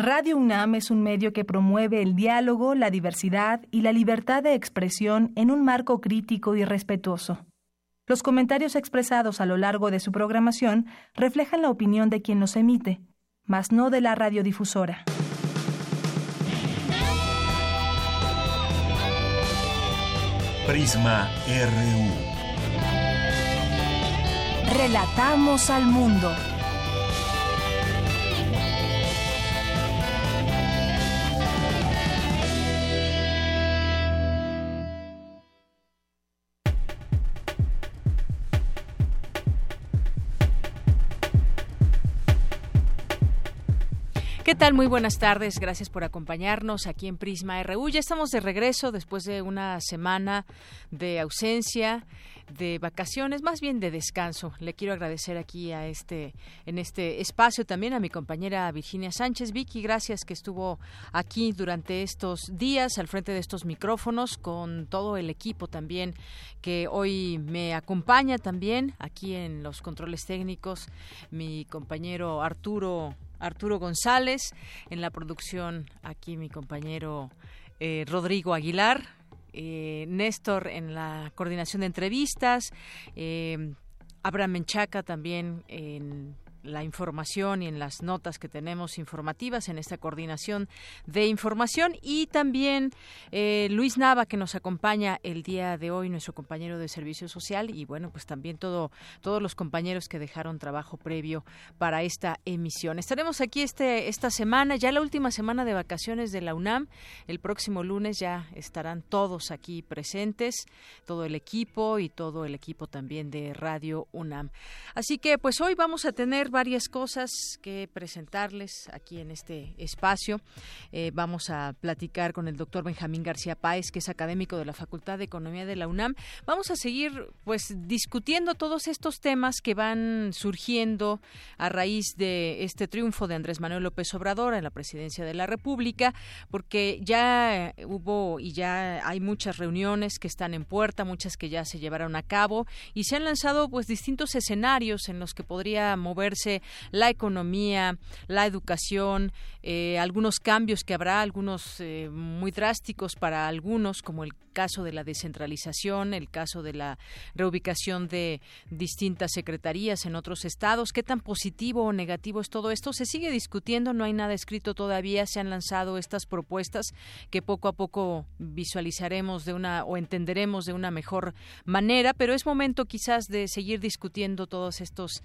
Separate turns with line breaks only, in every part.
Radio UNAM es un medio que promueve el diálogo, la diversidad y la libertad de expresión en un marco crítico y respetuoso. Los comentarios expresados a lo largo de su programación reflejan la opinión de quien los emite, mas no de la radiodifusora.
Prisma RU.
Relatamos al mundo.
¿Qué tal? Muy buenas tardes. Gracias por acompañarnos aquí en Prisma RU. Ya estamos de regreso después de una semana de ausencia, de vacaciones, más bien de descanso. Le quiero agradecer aquí en este espacio también a mi compañera Virginia Sánchez. Vicky, gracias que estuvo aquí durante estos días al frente de estos micrófonos con todo el equipo también que hoy me acompaña también aquí en los controles técnicos, mi compañero Arturo González, en la producción aquí mi compañero Rodrigo Aguilar, Néstor en la coordinación de entrevistas, Abraham Menchaca también en la información y en las notas que tenemos informativas en esta coordinación de información, y también Luis Nava, que nos acompaña el día de hoy, nuestro compañero de servicio social, y bueno, pues también todos los compañeros que dejaron trabajo previo para esta emisión. Estaremos aquí esta semana, ya la última semana de vacaciones de la UNAM. El próximo lunes ya estarán todos aquí presentes, todo el equipo y todo el equipo también de Radio UNAM. Así que pues hoy vamos a tener varias cosas que presentarles aquí en este espacio. Vamos a platicar con el doctor Benjamín García Páez, que es académico de la Facultad de Economía de la UNAM. Vamos a seguir pues discutiendo todos estos temas que van surgiendo a raíz de este triunfo de Andrés Manuel López Obrador en la presidencia de la República, porque ya hubo y ya hay muchas reuniones que están en puerta, muchas que ya se llevaron a cabo, y se han lanzado pues distintos escenarios en los que podría moverse la economía, la educación, algunos cambios que habrá, algunos muy drásticos para algunos, como el caso de la descentralización, el caso de la reubicación de distintas secretarías en otros estados. ¿Qué tan positivo o negativo es todo esto? Se sigue discutiendo, no hay nada escrito todavía, se han lanzado estas propuestas que poco a poco visualizaremos o entenderemos de una mejor manera, pero es momento quizás de seguir discutiendo todos estos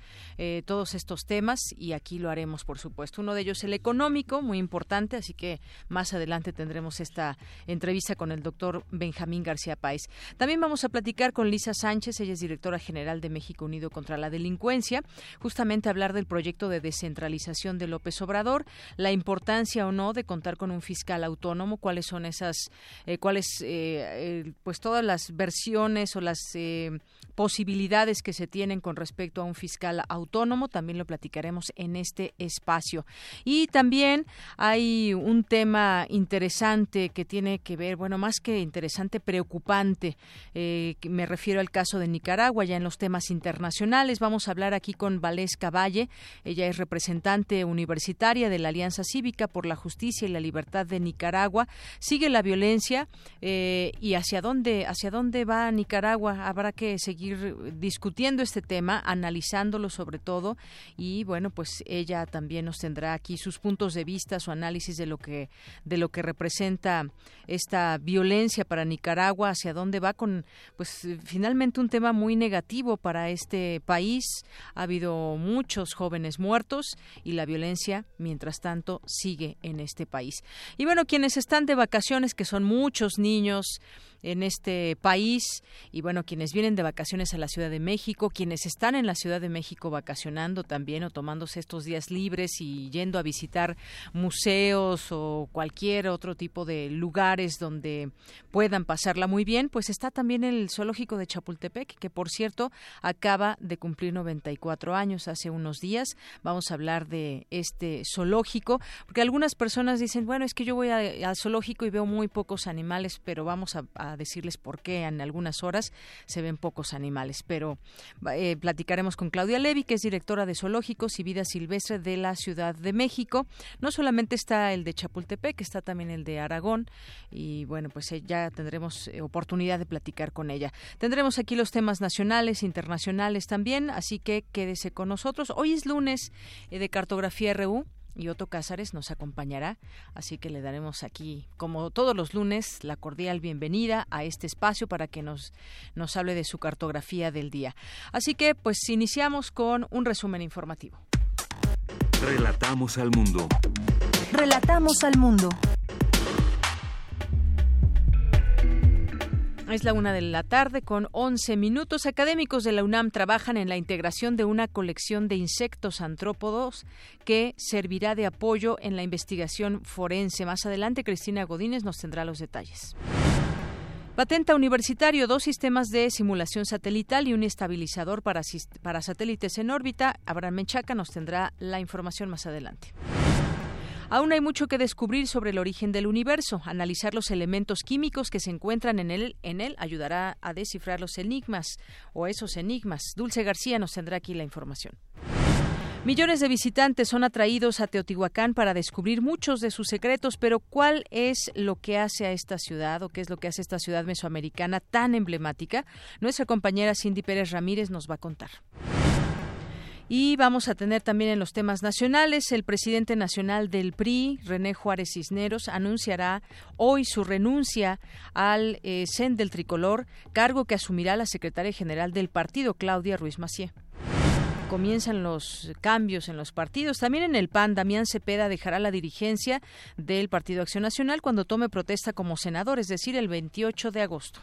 temas, y aquí lo haremos, por supuesto. Uno de ellos el económico, muy importante, así que más adelante tendremos esta entrevista con el doctor Benjamín García Páez. También vamos a platicar con Lisa Sánchez, ella es directora general de México Unido contra la Delincuencia, justamente hablar del proyecto de descentralización de López Obrador, la importancia o no de contar con un fiscal autónomo, cuáles son pues todas las versiones o las posibilidades que se tienen con respecto a un fiscal autónomo. También lo platicaremos en este espacio. Y también hay un tema interesante que tiene que ver, bueno, más que interesante, preocupante. Me refiero al caso de Nicaragua, ya en los temas internacionales. Vamos a hablar aquí con Valesca Valle. Ella es representante universitaria de la Alianza Cívica por la Justicia y la Libertad de Nicaragua. Sigue la violencia y hacia dónde va Nicaragua. Habrá que seguir discutiendo este tema, analizándolo sobre todo, y bueno, pues ella también nos tendrá aquí sus puntos de vista, su análisis de lo que representa esta violencia para Nicaragua, hacia dónde va con pues finalmente un tema muy negativo para este país. Ha habido muchos jóvenes muertos y la violencia, mientras tanto, sigue en este país. Y bueno, quienes están de vacaciones, que son muchos niños en este país, y bueno, quienes vienen de vacaciones a la Ciudad de México, quienes están en la Ciudad de México vacacionando también o tomándose estos días libres y yendo a visitar museos o cualquier otro tipo de lugares donde puedan pasarla muy bien, pues está también el Zoológico de Chapultepec, que por cierto acaba de cumplir 94 años hace unos días. Vamos a hablar de este zoológico, porque algunas personas dicen, bueno, es que yo voy al zoológico y veo muy pocos animales, pero vamos a a decirles por qué en algunas horas se ven pocos animales, pero platicaremos con Claudia Levy, que es directora de Zoológicos y Vida Silvestre de la Ciudad de México. No solamente está el de Chapultepec, está también el de Aragón, y bueno, pues ya tendremos oportunidad de platicar con ella. Tendremos aquí los temas nacionales, internacionales también, así que quédese con nosotros. Hoy es lunes de Cartografía RU y Otto Cázares nos acompañará, así que le daremos aquí, como todos los lunes, la cordial bienvenida a este espacio para que nos hable de su cartografía del día. Así que pues iniciamos con un resumen informativo.
Relatamos al mundo.
Relatamos al mundo.
Es la 1:00 con 11 minutos. Académicos de la UNAM trabajan en la integración de una colección de insectos antrópodos que servirá de apoyo en la investigación forense. Más adelante, Cristina Godínez nos tendrá los detalles. Patenta Universitario, 2 sistemas de simulación satelital y un estabilizador para satélites en órbita. Abraham Menchaca nos tendrá la información más adelante. Aún hay mucho que descubrir sobre el origen del universo. Analizar los elementos químicos que se encuentran en él ayudará a descifrar los enigmas o esos enigmas. Dulce García nos tendrá aquí la información. Millones de visitantes son atraídos a Teotihuacán para descubrir muchos de sus secretos, pero ¿cuál es lo que hace a esta ciudad o qué es lo que hace esta ciudad mesoamericana tan emblemática? Nuestra compañera Cindy Pérez Ramírez nos va a contar. Y vamos a tener también en los temas nacionales, el presidente nacional del PRI, René Juárez Cisneros, anunciará hoy su renuncia al CEN del Tricolor, cargo que asumirá la secretaria general del partido, Claudia Ruiz Massieu. Comienzan los cambios en los partidos. También en el PAN, Damián Cepeda dejará la dirigencia del Partido Acción Nacional cuando tome protesta como senador, es decir, el 28 de agosto.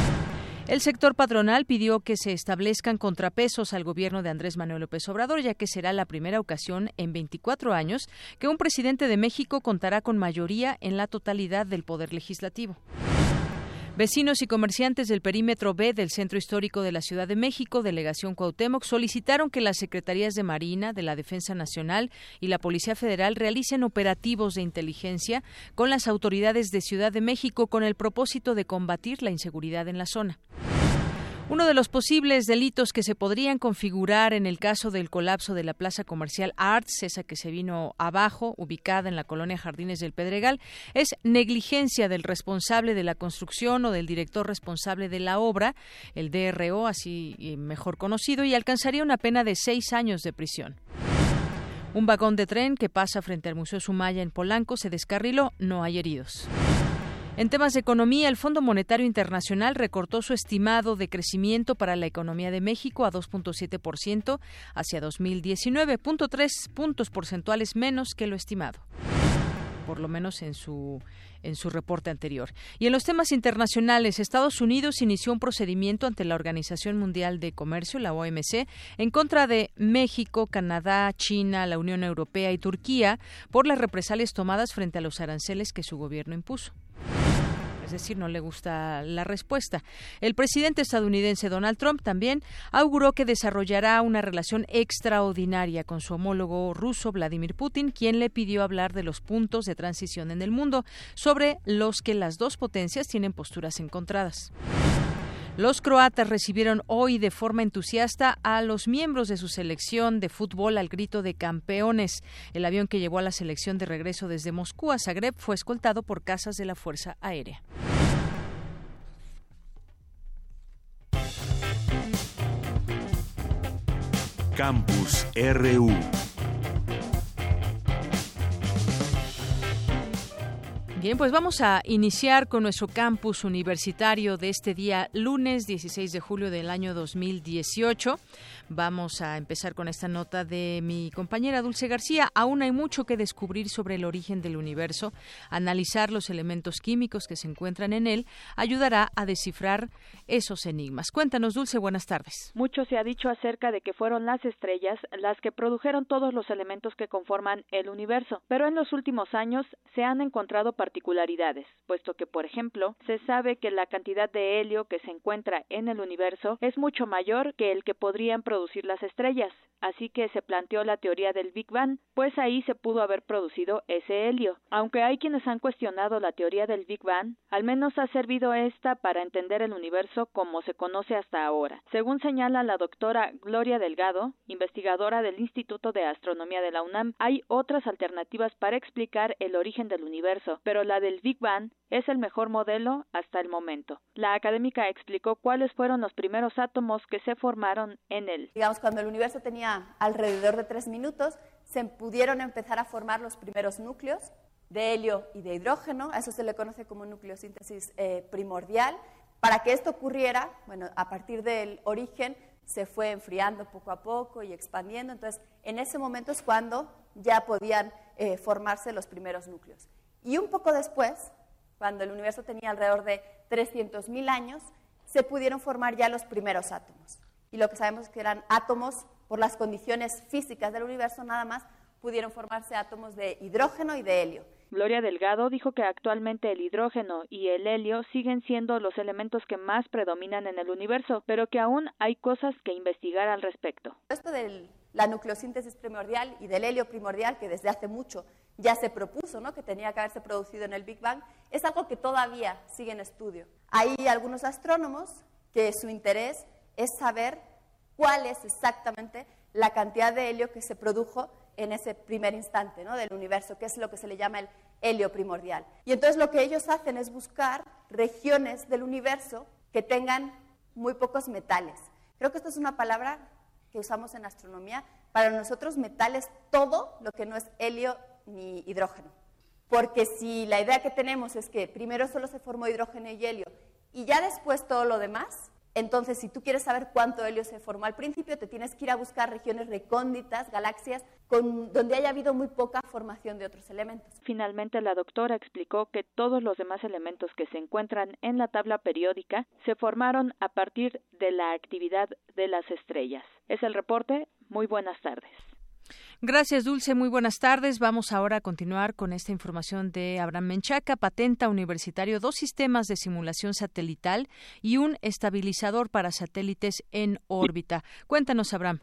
El sector patronal pidió que se establezcan contrapesos al gobierno de Andrés Manuel López Obrador, ya que será la primera ocasión en 24 años que un presidente de México contará con mayoría en la totalidad del poder legislativo. Vecinos y comerciantes del perímetro B del Centro Histórico de la Ciudad de México, Delegación Cuauhtémoc, solicitaron que las Secretarías de Marina, de la Defensa Nacional y la Policía Federal realicen operativos de inteligencia con las autoridades de Ciudad de México con el propósito de combatir la inseguridad en la zona. Uno de los posibles delitos que se podrían configurar en el caso del colapso de la plaza comercial Arts, esa que se vino abajo, ubicada en la colonia Jardines del Pedregal, es negligencia del responsable de la construcción o del director responsable de la obra, el DRO, así mejor conocido, y alcanzaría una pena de 6 años de prisión. Un vagón de tren que pasa frente al Museo Sumaya en Polanco se descarriló, no hay heridos. En temas de economía, el Fondo Monetario Internacional recortó su estimado de crecimiento para la economía de México a 2.7% hacia 2019, 0.3 puntos porcentuales menos que lo estimado, por lo menos en su reporte anterior. Y en los temas internacionales, Estados Unidos inició un procedimiento ante la Organización Mundial de Comercio, la OMC, en contra de México, Canadá, China, la Unión Europea y Turquía por las represalias tomadas frente a los aranceles que su gobierno impuso. Es decir, no le gusta la respuesta. El presidente estadounidense Donald Trump también auguró que desarrollará una relación extraordinaria con su homólogo ruso Vladimir Putin, quien le pidió hablar de los puntos de transición en el mundo, sobre los que las dos potencias tienen posturas encontradas. Los croatas recibieron hoy de forma entusiasta a los miembros de su selección de fútbol al grito de campeones. El avión que llevó a la selección de regreso desde Moscú a Zagreb fue escoltado por cazas de la Fuerza Aérea.
Campus RU.
Bien, pues vamos a iniciar con nuestro campus universitario de este día, lunes 16 de julio del año 2018. Vamos a empezar con esta nota de mi compañera Dulce García. Aún hay mucho que descubrir sobre el origen del universo. Analizar los elementos químicos que se encuentran en él ayudará a descifrar esos enigmas. Cuéntanos, Dulce, buenas tardes.
Mucho se ha dicho acerca de que fueron las estrellas las que produjeron todos los elementos que conforman el universo, pero en los últimos años se han encontrado partículas particularidades, puesto que, por ejemplo, se sabe que la cantidad de helio que se encuentra en el universo es mucho mayor que el que podrían producir las estrellas, así que se planteó la teoría del Big Bang, pues ahí se pudo haber producido ese helio. Aunque hay quienes han cuestionado la teoría del Big Bang, al menos ha servido esta para entender el universo como se conoce hasta ahora. Según señala la doctora Gloria Delgado, investigadora del Instituto de Astronomía de la UNAM, hay otras alternativas para explicar el origen del universo, pero la del Big Bang es el mejor modelo hasta el momento. La académica explicó cuáles fueron los primeros átomos que se formaron en él.
Digamos, cuando el universo tenía alrededor de 3 minutos, se pudieron empezar a formar los primeros núcleos de helio y de hidrógeno. A eso se le conoce como nucleosíntesis primordial. Para que esto ocurriera, bueno, a partir del origen se fue enfriando poco a poco y expandiendo. Entonces, en ese momento es cuando ya podían formarse los primeros núcleos. Y un poco después, cuando el universo tenía alrededor de 300.000 años, se pudieron formar ya los primeros átomos. Y lo que sabemos es que eran átomos, por las condiciones físicas del universo, nada más pudieron formarse átomos de hidrógeno y de helio.
Gloria Delgado dijo que actualmente el hidrógeno y el helio siguen siendo los elementos que más predominan en el universo, pero que aún hay cosas que investigar al respecto.
Esto de la nucleosíntesis primordial y del helio primordial, que desde hace mucho ya se propuso, ¿no?, que tenía que haberse producido en el Big Bang, es algo que todavía sigue en estudio. Hay algunos astrónomos que su interés es saber cuál es exactamente la cantidad de helio que se produjo en ese primer instante, ¿no?, del universo, que es lo que se le llama el helio primordial. Y entonces lo que ellos hacen es buscar regiones del universo que tengan muy pocos metales. Creo que esto es una palabra que usamos en astronomía. Para nosotros metal es todo lo que no es helio ni hidrógeno. Porque si la idea que tenemos es que primero solo se formó hidrógeno y helio y ya después todo lo demás, entonces si tú quieres saber cuánto helio se formó al principio, te tienes que ir a buscar regiones recónditas, galaxias, donde haya habido muy poca formación de otros elementos.
Finalmente, la doctora explicó que todos los demás elementos que se encuentran en la tabla periódica se formaron a partir de la actividad de las estrellas. Es el reporte. Muy buenas tardes.
Gracias, Dulce. Muy buenas tardes. Vamos ahora a continuar con esta información de Abraham Menchaca. Patenta universitario 2 sistemas de simulación satelital y un estabilizador para satélites en órbita. Cuéntanos, Abraham.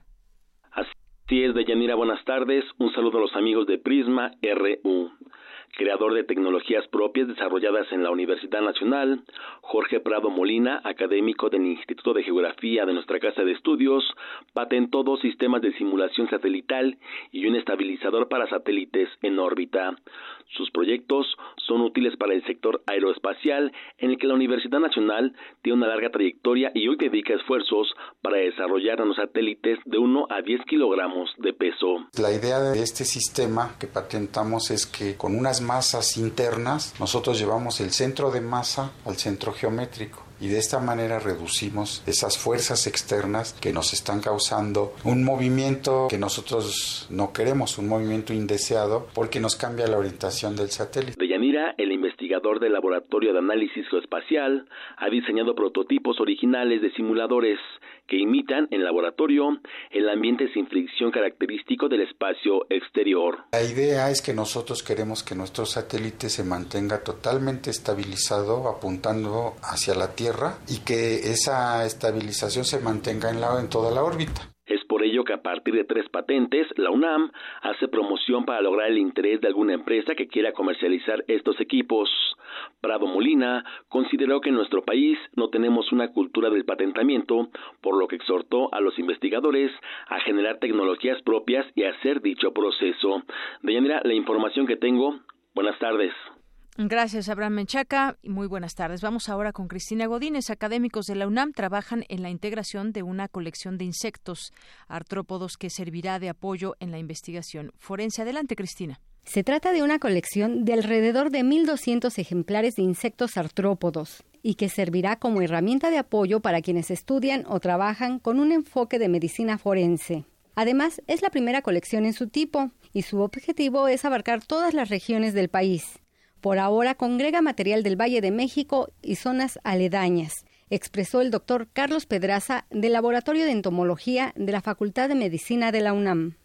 Así es, Deyanira. Buenas tardes. Un saludo a los amigos de Prisma RU. Creador de tecnologías propias desarrolladas en la Universidad Nacional, Jorge Prado Molina, académico del Instituto de Geografía de nuestra Casa de Estudios, patentó 2 sistemas de simulación satelital y un estabilizador para satélites en órbita. Sus proyectos son útiles para el sector aeroespacial, en el que la Universidad Nacional tiene una larga trayectoria y hoy dedica esfuerzos para desarrollar nanosatélites de 1 a 10 kilogramos de peso.
La idea de este sistema que patentamos es que con unas masas internas nosotros llevamos el centro de masa al centro geométrico. Y de esta manera reducimos esas fuerzas externas que nos están causando un movimiento que nosotros no queremos, un movimiento indeseado, porque nos cambia la orientación del satélite.
Deyanira, el investigador del Laboratorio de Análisis Geoespacial, ha diseñado prototipos originales de simuladores que imitan en laboratorio el ambiente sin fricción característico del espacio exterior.
La idea es que nosotros queremos que nuestro satélite se mantenga totalmente estabilizado, apuntando hacia la Tierra, y que esa estabilización se mantenga en toda la órbita.
Es por ello que a partir de 3 patentes, la UNAM hace promoción para lograr el interés de alguna empresa que quiera comercializar estos equipos. Prado Molina consideró que en nuestro país no tenemos una cultura del patentamiento, por lo que exhortó a los investigadores a generar tecnologías propias y hacer dicho proceso. Deyanira, la información que tengo. Buenas tardes.
Gracias, Abraham Menchaca. Muy buenas tardes. Vamos ahora con Cristina Godínez. Académicos de la UNAM trabajan en la integración de una colección de insectos artrópodos que servirá de apoyo en la investigación forense. Adelante, Cristina.
Se trata de una colección de alrededor de 1.200 ejemplares de insectos artrópodos y que servirá como herramienta de apoyo para quienes estudian o trabajan con un enfoque de medicina forense. Además, es la primera colección en su tipo y su objetivo es abarcar todas las regiones del país. Por ahora congrega material del Valle de México y zonas aledañas, expresó el doctor Carlos Pedraza del Laboratorio de Entomología de la Facultad de Medicina de la UNAM.
Los artrópodos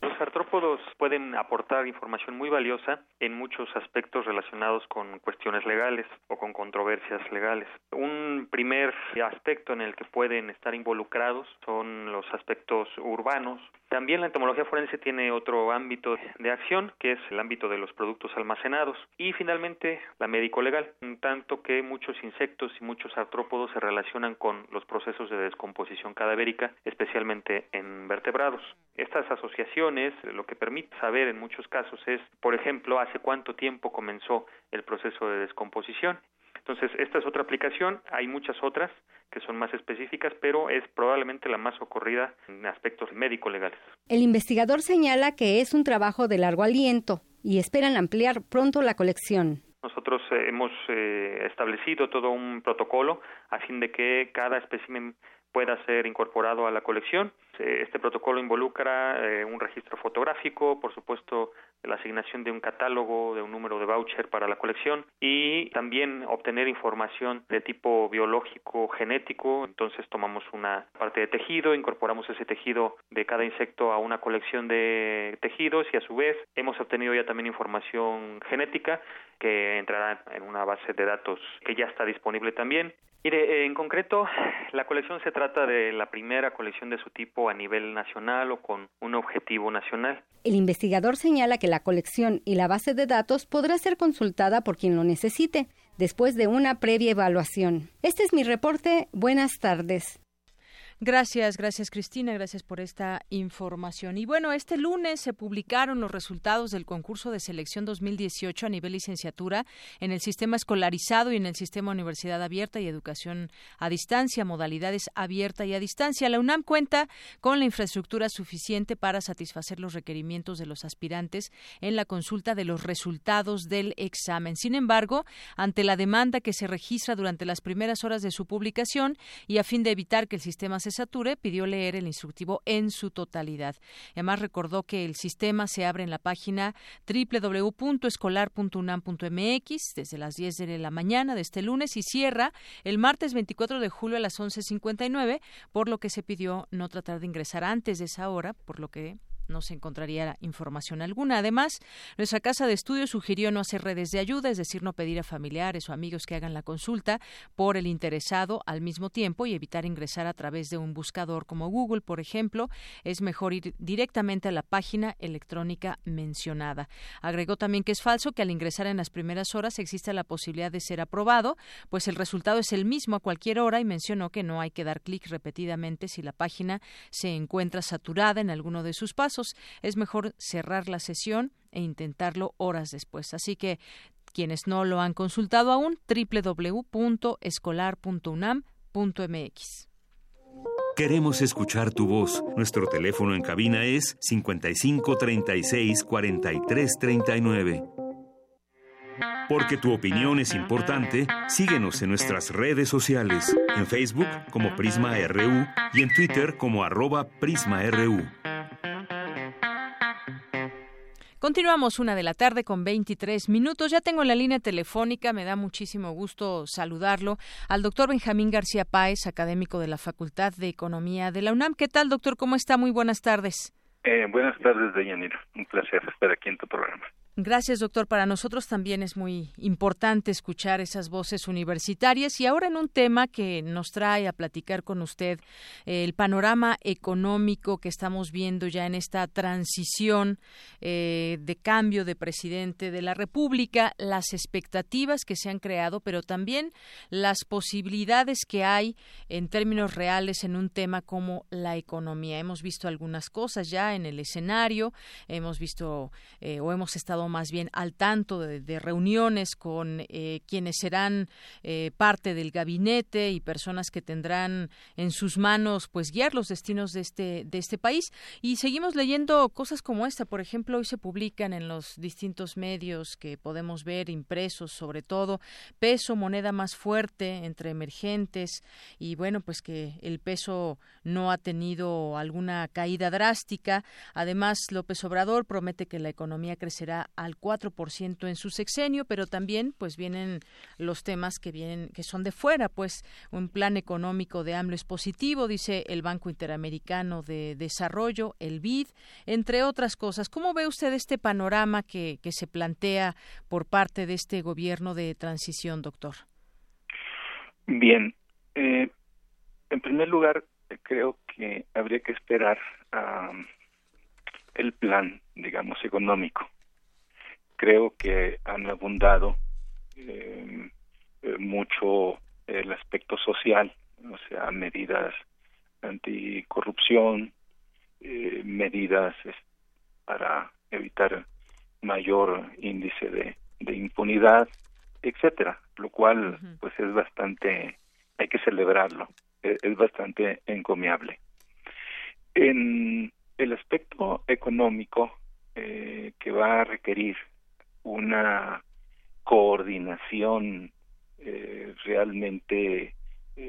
artrópodos pueden aportar información muy valiosa en muchos aspectos relacionados con cuestiones legales o con controversias legales. Un primer aspecto en el que pueden estar involucrados son los aspectos urbanos. También la entomología forense tiene otro ámbito de acción, que es el ámbito de los productos almacenados. Y finalmente, la médico-legal, en tanto que muchos insectos y muchos artrópodos se relacionan con los procesos de descomposición cadavérica, especialmente en vertebrados. Estas asociaciones lo que permite saber en muchos casos es, por ejemplo, hace cuánto tiempo comenzó el proceso de descomposición. Entonces, esta es otra aplicación, hay muchas otras que son más específicas, pero es probablemente la más ocurrida en aspectos médico-legales.
El investigador señala que es un trabajo de largo aliento y esperan ampliar pronto la colección.
Nosotros hemos establecido todo un protocolo a fin de que cada espécimen pueda ser incorporado a la colección. Este protocolo involucra un registro fotográfico, por supuesto la asignación de un catálogo, de un número de voucher para la colección y también obtener información de tipo biológico, genético. Entonces tomamos una parte de tejido, incorporamos ese tejido de cada insecto a una colección de tejidos y a su vez hemos obtenido ya también información genética que entrará en una base de datos que ya está disponible también. Mire, en concreto, la colección se trata de la primera colección de su tipo a nivel nacional o con un objetivo nacional.
El investigador señala que la colección y la base de datos podrá ser consultada por quien lo necesite, después de una previa evaluación. Este es mi reporte. Buenas tardes.
Gracias Cristina, gracias por esta información. Y bueno, este lunes se publicaron los resultados del concurso de selección 2018 a nivel licenciatura en el sistema escolarizado y en el sistema Universidad Abierta y Educación a Distancia, modalidades abierta y a distancia. La UNAM cuenta con la infraestructura suficiente para satisfacer los requerimientos de los aspirantes en la consulta de los resultados del examen. Sin embargo, ante la demanda que se registra durante las primeras horas de su publicación y a fin de evitar que el sistema se sature, pidió leer el instructivo en su totalidad. Además, recordó que el sistema se abre en la página www.escolar.unam.mx desde las 10 de la mañana de este lunes y cierra el martes 24 de julio a las 11:59, por lo que se pidió no tratar de ingresar antes de esa hora, por lo que no se encontraría información alguna. Además, nuestra casa de estudios sugirió no hacer redes de ayuda, es decir, no pedir a familiares o amigos que hagan la consulta por el interesado al mismo tiempo y evitar ingresar a través de un buscador como Google, por ejemplo. Es mejor ir directamente a la página electrónica mencionada. Agregó también que es falso que al ingresar en las primeras horas exista la posibilidad de ser aprobado, pues el resultado es el mismo a cualquier hora, y mencionó que no hay que dar clic repetidamente si la página se encuentra saturada en alguno de sus pasos. Es mejor cerrar la sesión e intentarlo horas después. Así que quienes no lo han consultado aún, www.escolar.unam.mx.
Queremos escuchar tu voz. Nuestro teléfono en cabina es 55 36 43 39. Porque tu opinión es importante, síguenos en nuestras redes sociales, en Facebook como Prisma RU y en Twitter como @PrismaRU.
Continuamos 1:00 p.m. con 23 minutos. Ya tengo en la línea telefónica, me da muchísimo gusto saludarlo, al doctor Benjamín García Páez, académico de la Facultad de Economía de la UNAM. ¿Qué tal, doctor? ¿Cómo está? Muy buenas tardes.
Buenas tardes, Deyanira. Un placer estar aquí en tu programa.
Gracias, doctor. Para nosotros también es muy importante escuchar esas voces universitarias y ahora en un tema que nos trae a platicar con usted, el panorama económico que estamos viendo ya en esta transición de cambio de presidente de la República, las expectativas que se han creado, pero también las posibilidades que hay en términos reales en un tema como la economía. Hemos visto algunas cosas ya en el escenario, hemos visto o hemos estado más bien al tanto de reuniones con quienes serán parte del gabinete y personas que tendrán en sus manos pues guiar los destinos de este país, y seguimos leyendo cosas como esta. Por ejemplo, hoy se publican en los distintos medios que podemos ver impresos, sobre todo, peso, moneda más fuerte entre emergentes, y bueno, pues que el peso no ha tenido alguna caída drástica. Además, López Obrador promete que la economía crecerá al 4% en su sexenio, pero también pues vienen los temas que son de fuera, pues un plan económico de AMLO es positivo, dice el Banco Interamericano de Desarrollo, el BID, entre otras cosas. ¿Cómo ve usted este panorama que se plantea por parte de este gobierno de transición, doctor?
Bien, en primer lugar, creo que habría que esperar el plan, digamos, económico. Creo que han abundado mucho el aspecto social, o sea, medidas anticorrupción, medidas para evitar mayor índice de impunidad, etcétera, lo cual pues es bastante, hay que celebrarlo, es bastante encomiable. En el aspecto económico, que va a requerir una coordinación realmente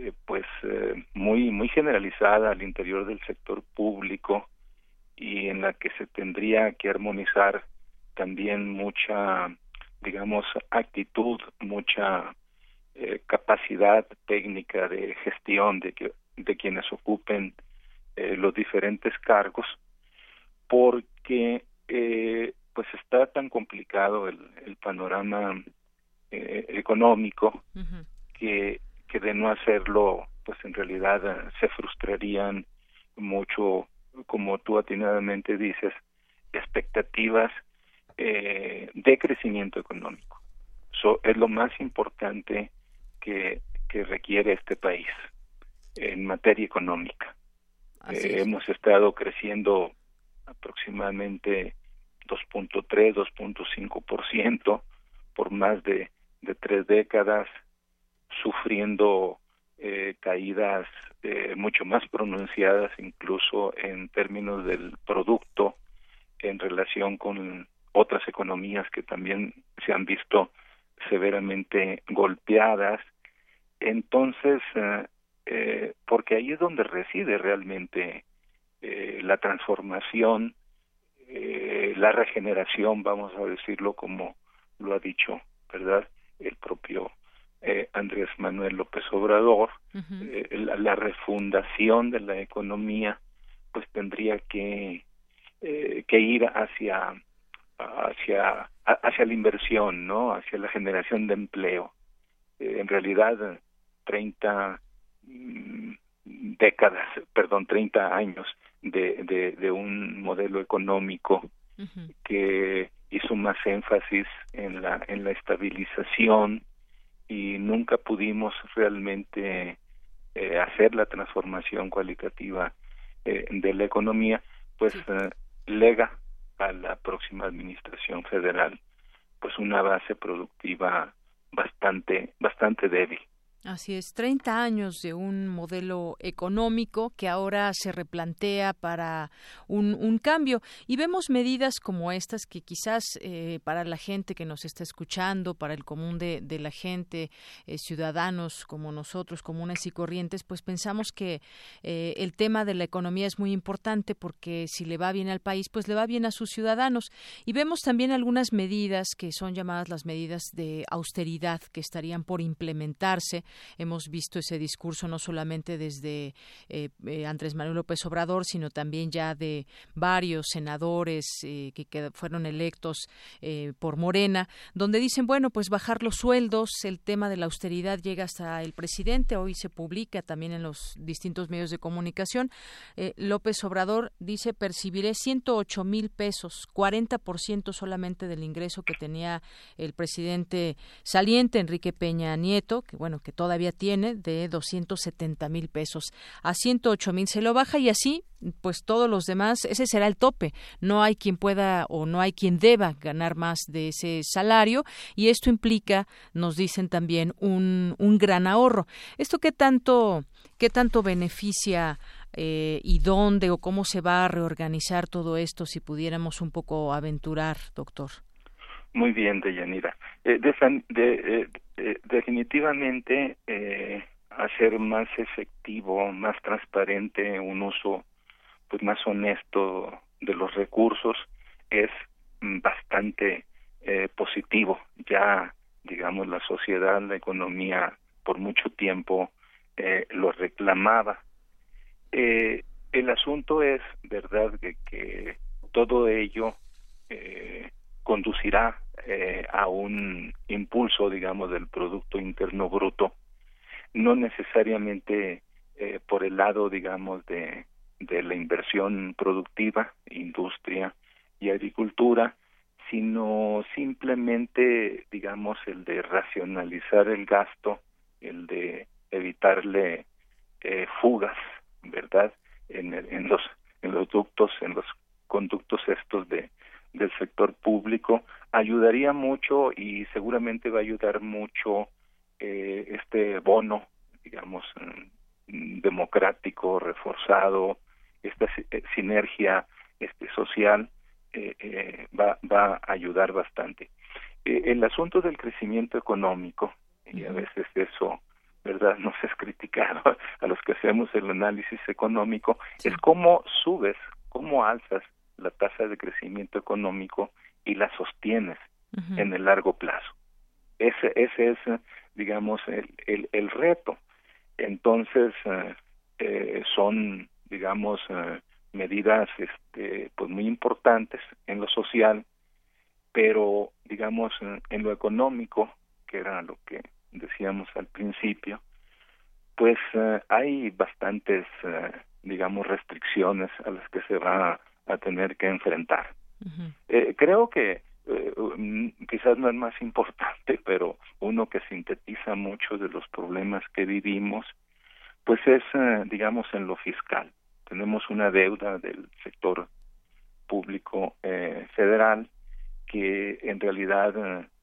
muy generalizada al interior del sector público, y en la que se tendría que armonizar también mucha, digamos, actitud, mucha capacidad técnica de gestión de quienes ocupen los diferentes cargos, porque pues está tan complicado el panorama económico que de no hacerlo, pues en realidad se frustrarían mucho, como tú atinadamente dices, expectativas de crecimiento económico. Eso es lo más importante que requiere este país en materia económica. Hemos estado creciendo aproximadamente 2.3, 2.5% por más de 3 décadas, sufriendo caídas mucho más pronunciadas incluso en términos del producto en relación con otras economías que también se han visto severamente golpeadas. Entonces, porque ahí es donde reside realmente la transformación, la regeneración, vamos a decirlo como lo ha dicho, ¿verdad?, el propio Andrés Manuel López Obrador. La refundación de la economía pues tendría que ir hacia la inversión, ¿no?, hacia la generación de empleo. En realidad 30 años de un modelo económico que hizo más énfasis en la estabilización, y nunca pudimos realmente hacer la transformación cualitativa de la economía, pues lega a la próxima administración federal pues una base productiva bastante débil.
Así es, 30 años de un modelo económico que ahora se replantea para un cambio, y vemos medidas como estas que quizás para la gente que nos está escuchando, para el común de la gente, ciudadanos como nosotros, comunes y corrientes, pues pensamos que el tema de la economía es muy importante, porque si le va bien al país, pues le va bien a sus ciudadanos. Y vemos también algunas medidas que son llamadas las medidas de austeridad que estarían por implementarse. Hemos visto ese discurso no solamente desde Andrés Manuel López Obrador, sino también ya de varios senadores que fueron electos por Morena, donde dicen, bueno, pues bajar los sueldos. El tema de la austeridad llega hasta el presidente, hoy se publica también en los distintos medios de comunicación. López Obrador dice: percibiré 108,000 pesos, 40% solamente del ingreso que tenía el presidente saliente, Enrique Peña Nieto, que bueno, que todavía tiene, de 270,000 pesos a 108,000, se lo baja, y así pues todos los demás, ese será el tope. No hay quien pueda o no hay quien deba ganar más de ese salario, y esto implica, nos dicen también, un gran ahorro. ¿Esto qué tanto beneficia y dónde o cómo se va a reorganizar todo esto, si pudiéramos un poco aventurar, doctor?
Muy bien, Deyanira. Definitivamente hacer más efectivo, más transparente, un uso pues más honesto de los recursos es bastante positivo. Ya, digamos, la sociedad, la economía, por mucho tiempo lo reclamaba. El asunto es, verdad, que todo ello conducirá a un impulso, digamos, del Producto Interno Bruto, no necesariamente por el lado, digamos, de la inversión productiva, industria y agricultura, sino simplemente, digamos, el de racionalizar el gasto, el de evitarle fugas, ¿verdad?, en los ductos, en los conductos estos del sector público. Ayudaría mucho y seguramente va a ayudar mucho este bono, digamos, democrático, reforzado, esta sinergia social va a ayudar bastante. El asunto del crecimiento económico, y a veces eso, ¿verdad?, nos es criticado a los que hacemos el análisis económico, es cómo subes, cómo alzas la tasa de crecimiento económico y la sostienes en el largo plazo. Ese es, digamos, el reto. Entonces, son, digamos, medidas pues muy importantes en lo social, pero, digamos, en lo económico, que era lo que decíamos al principio, pues hay bastantes, digamos, restricciones a las que se va a tener que enfrentar. Creo que quizás no es más importante, pero uno que sintetiza mucho de los problemas que vivimos, pues es, digamos, en lo fiscal. Tenemos una deuda del sector público federal que en realidad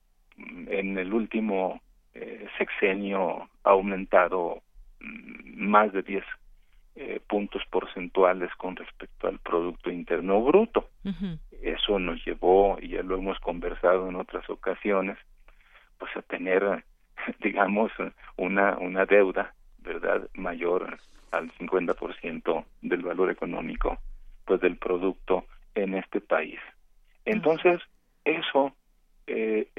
en el último sexenio ha aumentado más de 10 puntos porcentuales con respecto al Producto Interno Bruto. Eso nos llevó, y ya lo hemos conversado en otras ocasiones, pues a tener, digamos, una deuda, ¿verdad?, mayor al 50% del valor económico, pues, del producto en este país. Entonces, eso es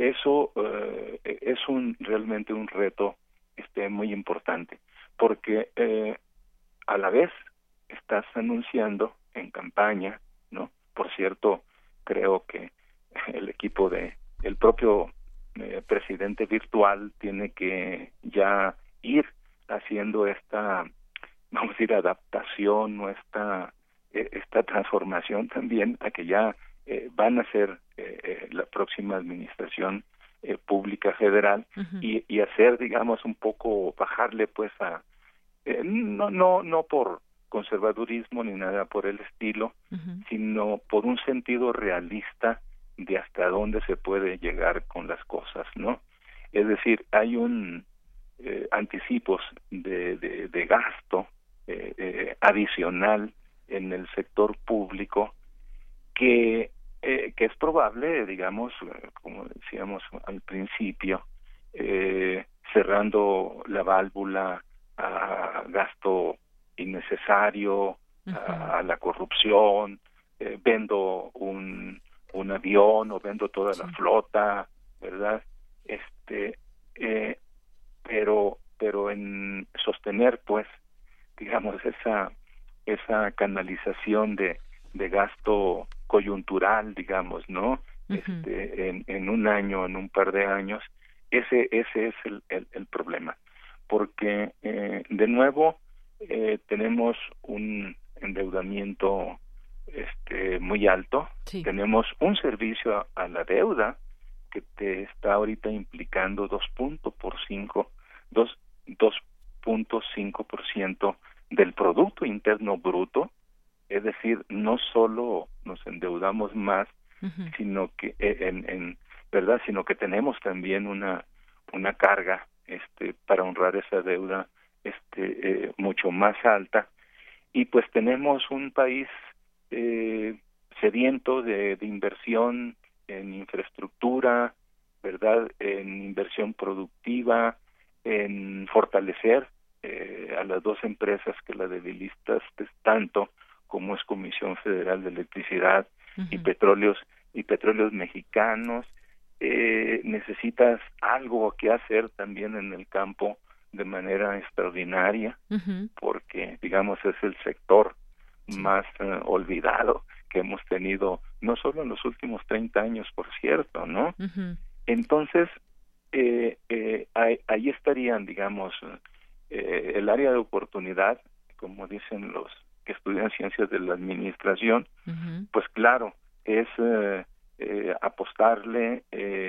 realmente un reto muy importante, porque a la vez estás anunciando en campaña, ¿no? Por cierto, creo que el equipo el propio presidente virtual tiene que ya ir haciendo esta, vamos a decir, adaptación o esta transformación también a que ya van a ser la próxima administración pública federal y hacer, digamos, un poco, bajarle pues a no por conservadurismo ni nada por el estilo, sino por un sentido realista de hasta dónde se puede llegar con las cosas, ¿no? Es decir, hay un anticipos de gasto adicional en el sector público que es probable, digamos, como decíamos al principio, cerrando la válvula a gasto innecesario, a la corrupción, vendo un avión o vendo toda la flota, ¿verdad? Pero en sostener, pues, digamos, esa canalización de gasto coyuntural, digamos, ¿no? En un año, en un par de años, ese es el problema, porque de nuevo tenemos un endeudamiento muy alto, tenemos un servicio a la deuda que te está ahorita implicando 2.5% del Producto Interno Bruto. Es decir, no solo nos endeudamos más, sino que verdad, sino que tenemos también una carga para honrar esa deuda mucho más alta, y pues tenemos un país sediento de inversión en infraestructura, verdad, en inversión productiva, en fortalecer a las dos empresas que la debilitas tanto, como es Comisión Federal de Electricidad y Petróleos Mexicanos, necesitas algo que hacer también en el campo de manera extraordinaria, porque digamos es el sector más olvidado que hemos tenido, no solo en los últimos 30 años, por cierto, ¿no? Entonces, ahí estarían, digamos, el área de oportunidad, como dicen los que estudian ciencias de la administración, pues claro, es apostarle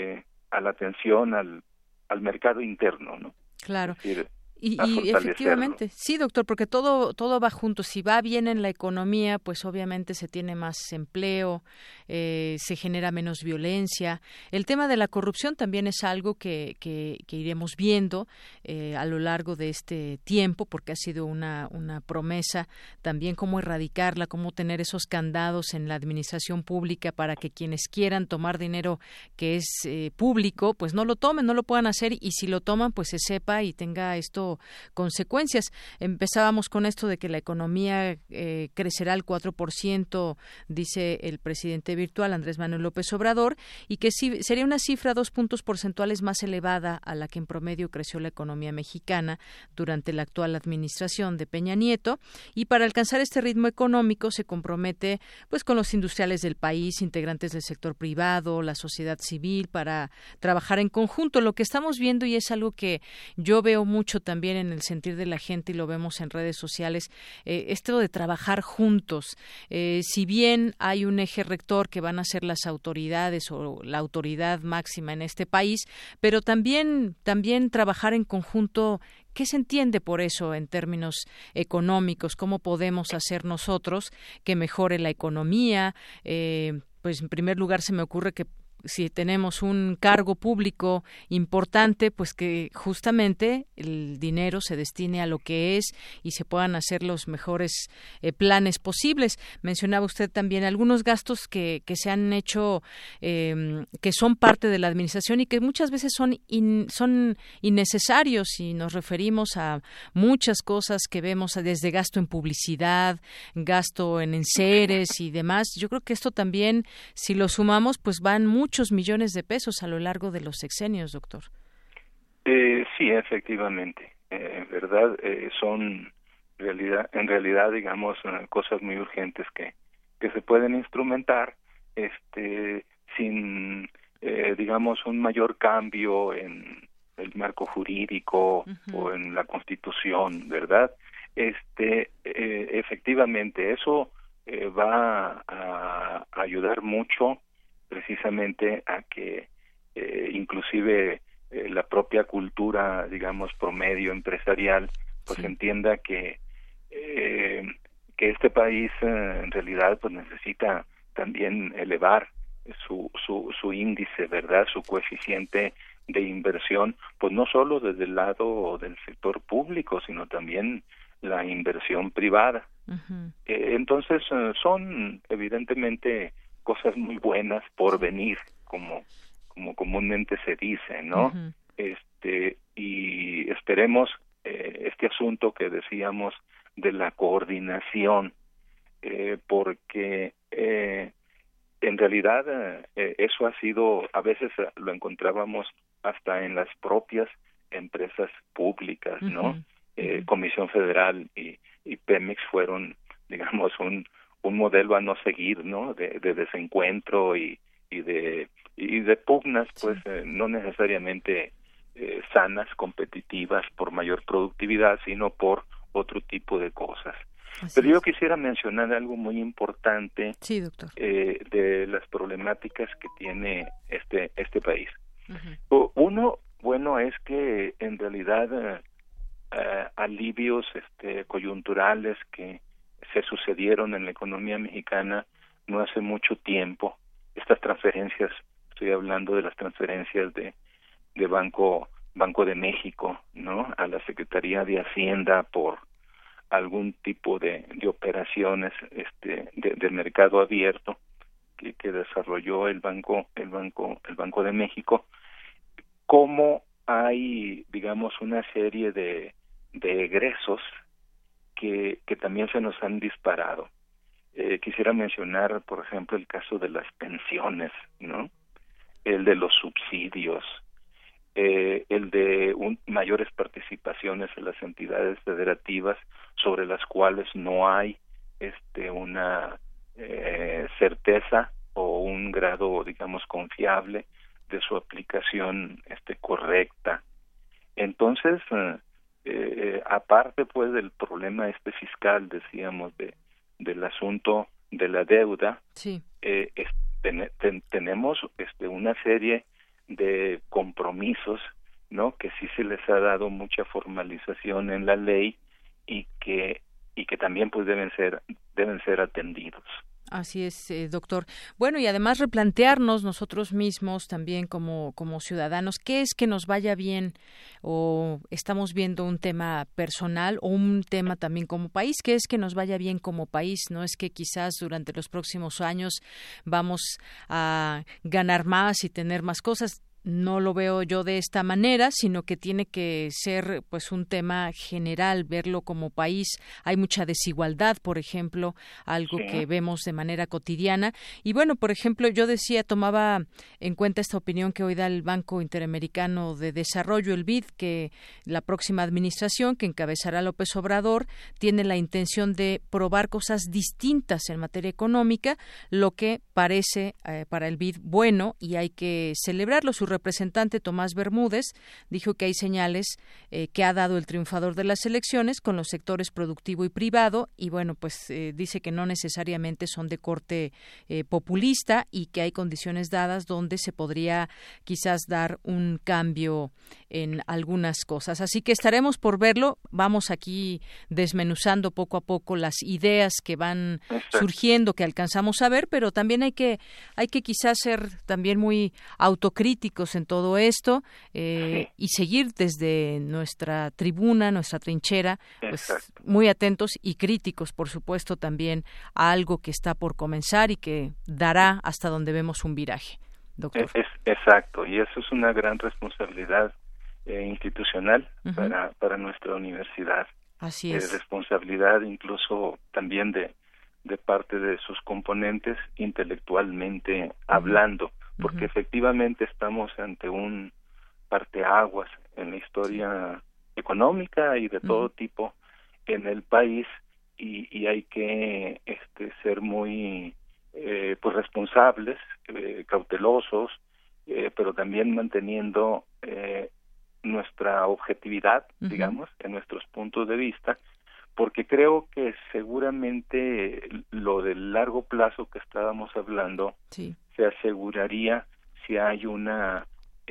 a la atención al mercado interno, ¿no?
Claro.
Es decir,
Y efectivamente, sí, doctor, porque todo va junto. Si va bien en la economía, pues obviamente se tiene más empleo, se genera menos violencia. El tema de la corrupción también es algo que iremos viendo a lo largo de este tiempo, porque ha sido una promesa también cómo erradicarla, cómo tener esos candados en la administración pública para que quienes quieran tomar dinero que es público, pues no lo tomen, no lo puedan hacer, y si lo toman, pues se sepa y tenga esto consecuencias. Empezábamos con esto de que la economía crecerá al 4%, dice el presidente virtual Andrés Manuel López Obrador, y que sí, sería una cifra 2 puntos porcentuales más elevada a la que en promedio creció la economía mexicana durante la actual administración de Peña Nieto, y para alcanzar este ritmo económico se compromete pues con los industriales del país, integrantes del sector privado, la sociedad civil, para trabajar en conjunto. Lo que estamos viendo, y es algo que yo veo mucho también en el sentir de la gente y lo vemos en redes sociales, esto de trabajar juntos. Si bien hay un eje rector que van a ser las autoridades o la autoridad máxima en este país, pero también trabajar en conjunto. ¿Qué se entiende por eso en términos económicos? ¿Cómo podemos hacer nosotros que mejore la economía? Pues en primer lugar se me ocurre que si tenemos un cargo público importante, pues que justamente el dinero se destine a lo que es y se puedan hacer los mejores planes posibles. Mencionaba usted también algunos gastos que se han hecho, que son parte de la administración y que muchas veces son innecesarios, y nos referimos a muchas cosas que vemos, desde gasto en publicidad, gasto en enseres y demás. Yo creo que esto también, si lo sumamos, pues van muchos millones de pesos a lo largo de los sexenios, doctor.
Sí, efectivamente, verdad, son en realidad, digamos, cosas muy urgentes que se pueden instrumentar, sin, digamos, un mayor cambio en el marco jurídico o en la Constitución, ¿verdad? Efectivamente, eso va a ayudar mucho precisamente a que inclusive la propia cultura, digamos, promedio empresarial, pues entienda que este país en realidad pues necesita también elevar su índice, ¿verdad?, su coeficiente de inversión, pues no solo desde el lado del sector público, sino también la inversión privada. Entonces son evidentemente cosas muy buenas por venir, como comúnmente se dice, ¿no? Y esperemos este asunto que decíamos de la coordinación, porque en realidad eso ha sido, a veces lo encontrábamos hasta en las propias empresas públicas, ¿no? Comisión Federal y Pemex fueron, digamos, un modelo a no seguir, ¿no? De desencuentro y de pugnas, pues no necesariamente sanas, competitivas por mayor productividad, sino por otro tipo de cosas. Pero yo quisiera mencionar algo muy importante,
sí, doctor,
de las problemáticas que tiene este país. Uno, bueno, es que en realidad alivios coyunturales que se sucedieron en la economía mexicana no hace mucho tiempo, estas transferencias, estoy hablando de las transferencias de Banco de México, ¿no?, a la Secretaría de Hacienda por algún tipo de operaciones de mercado abierto que desarrolló el Banco de México. Cómo hay, digamos, una serie de egresos que también se nos han disparado. Quisiera mencionar, por ejemplo, el caso de las pensiones, ¿no? el de los subsidios, el de mayores participaciones en las entidades federativas sobre las cuales no hay una certeza o un grado, digamos, confiable de su aplicación correcta. Entonces, aparte pues del problema fiscal, decíamos, del asunto de la deuda,
sí.
Tenemos una serie de compromisos, ¿no?, que sí se les ha dado mucha formalización en la ley y que también pues deben ser atendidos.
Así es, doctor. Bueno, y además replantearnos nosotros mismos también como ciudadanos, ¿qué es que nos vaya bien? ¿O estamos viendo un tema personal o un tema también como país? ¿Qué es que nos vaya bien como país? No es que quizás durante los próximos años vamos a ganar más y tener más cosas. No lo veo yo de esta manera, sino que tiene que ser pues un tema general, verlo como país. Hay mucha desigualdad, por ejemplo, algo que vemos de manera cotidiana. Y bueno, por ejemplo, yo tomaba en cuenta esta opinión que hoy da el Banco Interamericano de Desarrollo, el BID, que la próxima administración que encabezará López Obrador tiene la intención de probar cosas distintas en materia económica, lo que parece para el BID bueno y hay que celebrarlo. Su representante Tomás Bermúdez dijo que hay señales que ha dado el triunfador de las elecciones con los sectores productivo y privado y bueno, pues dice que no necesariamente son de corte populista y que hay condiciones dadas donde se podría quizás dar un cambio en algunas cosas. Así que estaremos por verlo. Vamos aquí desmenuzando poco a poco las ideas que van surgiendo, que alcanzamos a ver, pero también hay que quizás ser también muy autocríticos en todo esto y seguir desde nuestra tribuna, nuestra trinchera, pues muy atentos y críticos, por supuesto, también a algo que está por comenzar y que dará hasta donde vemos un viraje, doctor.
Exacto, y eso es una gran responsabilidad institucional para nuestra universidad.
Así es.
Responsabilidad incluso también de parte de sus componentes intelectualmente hablando, porque efectivamente estamos ante un parteaguas en la historia económica y de todo tipo en el país y hay que ser muy pues responsables, cautelosos, pero también manteniendo nuestra objetividad, digamos, en nuestros puntos de vista, porque creo que seguramente lo del largo plazo que estábamos hablando se aseguraría si hay una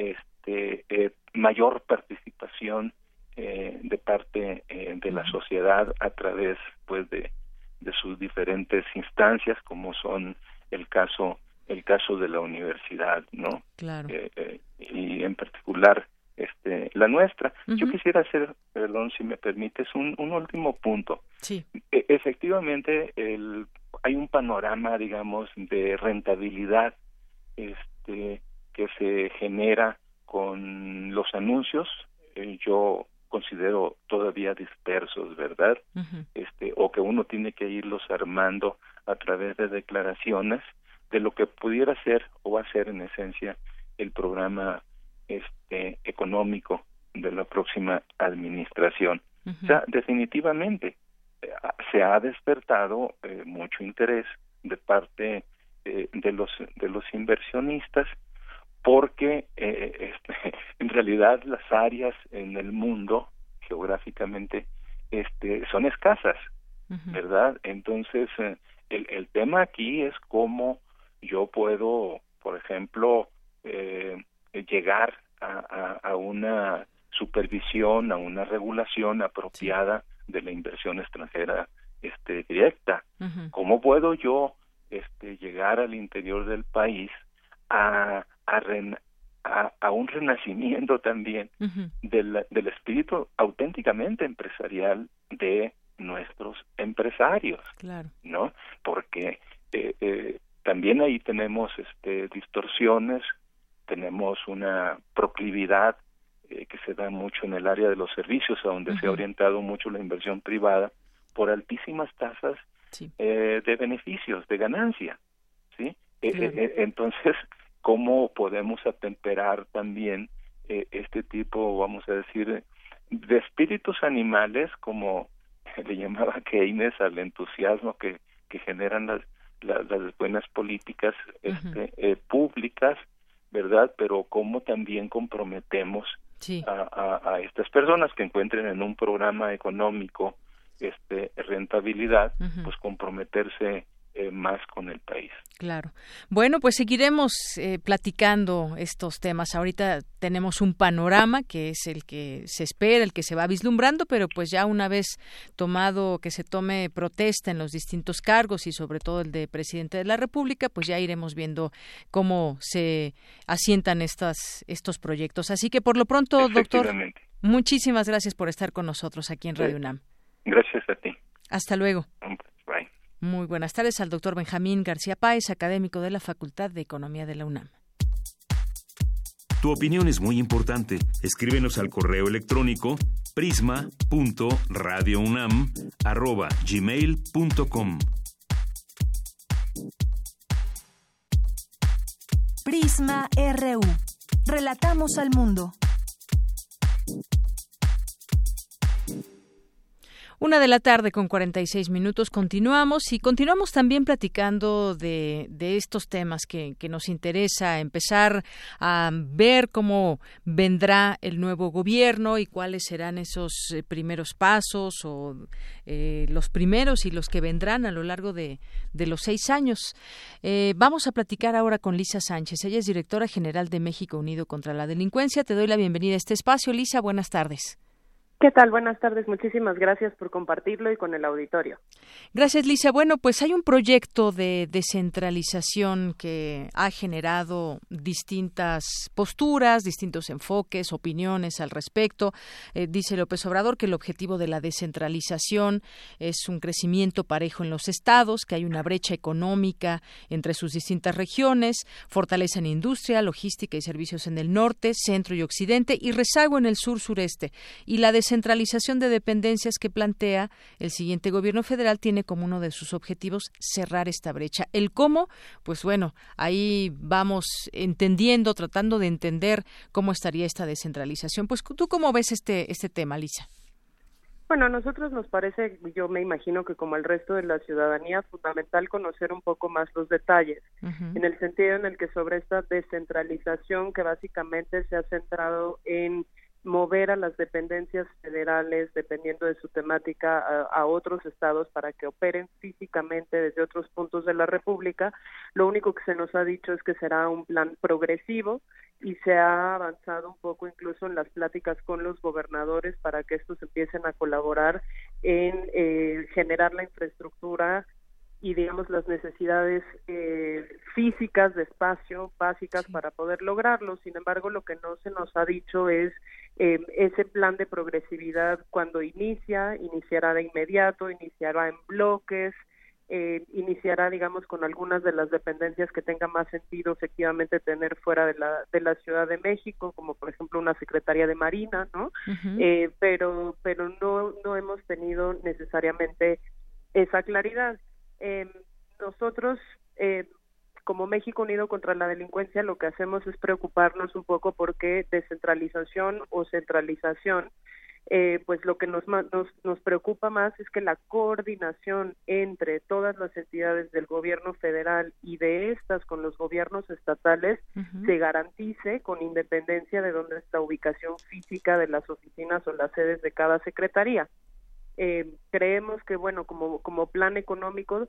mayor participación de parte de la sociedad a través pues de sus diferentes instancias, como son el caso de la universidad, ¿no?
Claro.
Y en particular la nuestra. Yo quisiera hacer, perdón, si me permites, un último punto.
Sí.
Efectivamente, hay un panorama, digamos, de rentabilidad que se genera con los anuncios. Yo considero todavía dispersos, ¿verdad? O que uno tiene que irlos armando a través de declaraciones de lo que pudiera ser o va a ser en esencia el programa económico de la próxima administración. O sea, definitivamente se ha despertado mucho interés de parte de los inversionistas porque en realidad las áreas en el mundo geográficamente son escasas, ¿verdad? Entonces el tema aquí es cómo yo puedo, por ejemplo, llegar a una supervisión, a una regulación apropiada de la inversión extranjera directa. ¿Cómo puedo yo llegar al interior del país a un renacimiento también del espíritu auténticamente empresarial de nuestros empresarios?
Claro.
¿No? Porque también ahí tenemos distorsiones, tenemos una proclividad que se da mucho en el área de los servicios, a donde se ha orientado mucho la inversión privada por altísimas tasas de beneficios, de ganancia, ¿sí? Entonces, cómo podemos atemperar también este tipo, vamos a decir, de espíritus animales, como le llamaba Keynes al entusiasmo que generan las buenas políticas públicas, ¿verdad? Pero cómo también comprometemos a estas personas que encuentren en un programa económico rentabilidad, pues comprometerse más con el país.
Claro. Bueno, pues seguiremos platicando estos temas. Ahorita tenemos un panorama que es el que se espera, el que se va vislumbrando, pero pues ya una vez que se tome protesta en los distintos cargos y sobre todo el de presidente de la República, pues ya iremos viendo cómo se asientan estos proyectos. Así que por lo pronto, doctor, muchísimas gracias por estar con nosotros aquí en Radio UNAM.
Gracias a ti.
Hasta luego.
Bye.
Muy buenas tardes al doctor Benjamín García Páez, académico de la Facultad de Economía de la UNAM.
Tu opinión es muy importante. Escríbenos al correo electrónico prisma.radiounam@gmail.com.
Prisma RU. Relatamos al mundo.
1:46 p.m. Continuamos también platicando de estos temas que nos interesa, empezar a ver cómo vendrá el nuevo gobierno y cuáles serán esos primeros pasos o los primeros y los que vendrán a lo largo de los 6 años. Vamos a platicar ahora con Lisa Sánchez. Ella es directora general de México Unido contra la Delincuencia. Te doy la bienvenida a este espacio. Lisa, buenas tardes.
¿Qué tal? Buenas tardes. Muchísimas gracias por compartirlo y con el auditorio.
Gracias, Lisa. Bueno, pues hay un proyecto de descentralización que ha generado distintas posturas, distintos enfoques, opiniones al respecto. Dice López Obrador que el objetivo de la descentralización es un crecimiento parejo en los estados, que hay una brecha económica entre sus distintas regiones, fortaleza en industria, logística y servicios en el norte, centro y occidente y rezago en el sur-sureste. Y la descentralización de dependencias que plantea el siguiente gobierno federal tiene como uno de sus objetivos cerrar esta brecha. El cómo, pues bueno, ahí vamos entendiendo, tratando de entender cómo estaría esta descentralización. Pues ¿tú cómo ves este tema, Lisa?
Bueno, a nosotros nos parece, yo me imagino que como el resto de la ciudadanía, fundamental conocer un poco más los detalles, en el sentido en el que sobre esta descentralización que básicamente se ha centrado en mover a las dependencias federales, dependiendo de su temática, a otros estados para que operen físicamente desde otros puntos de la República. Lo único que se nos ha dicho es que será un plan progresivo y se ha avanzado un poco incluso en las pláticas con los gobernadores para que estos empiecen a colaborar en generar la infraestructura y digamos las necesidades físicas de espacio básicas para poder lograrlo. Sin embargo, lo que no se nos ha dicho es ese plan de progresividad cuando iniciará de inmediato, iniciará en bloques, iniciará digamos con algunas de las dependencias que tenga más sentido efectivamente tener fuera de la Ciudad de México, como por ejemplo una Secretaría de Marina, ¿no? Pero no hemos tenido necesariamente esa claridad. Nosotros como México Unido contra la Delincuencia lo que hacemos es preocuparnos un poco porque descentralización o centralización, pues lo que nos preocupa más es que la coordinación entre todas las entidades del gobierno federal y de estas con los gobiernos estatales se garantice con independencia de dónde es la ubicación física de las oficinas o las sedes de cada secretaría. Creemos que bueno como plan económico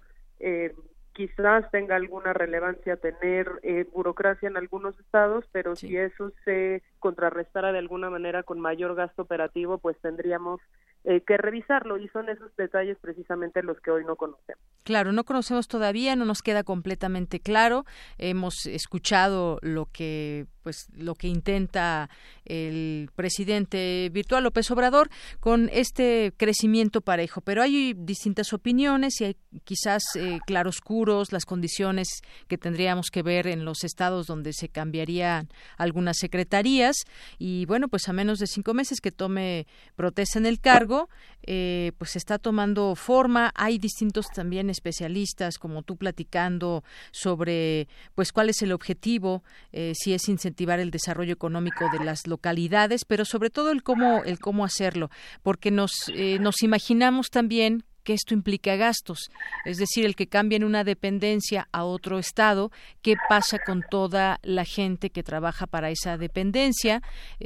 quizás tenga alguna relevancia tener burocracia en algunos estados, pero si eso se contrarrestara de alguna manera con mayor gasto operativo, pues tendríamos que revisarlo, y son esos detalles precisamente los que hoy no conocemos.
Claro, no conocemos todavía, no nos queda completamente claro. Hemos escuchado lo que intenta el presidente virtual López Obrador con este crecimiento parejo, pero hay distintas opiniones y hay quizás claroscuros, las condiciones que tendríamos que ver en los estados donde se cambiarían algunas secretarías y bueno, pues a menos de 5 meses que tome protesta en el cargo, embargo, pues está tomando forma. Hay distintos también especialistas como tú platicando sobre pues cuál es el objetivo, si es incentivar el desarrollo económico de las localidades, pero sobre todo el cómo hacerlo, porque nos imaginamos también que esto implica gastos, es decir, el que cambien una dependencia a otro estado, ¿qué pasa con toda la gente que trabaja para esa dependencia?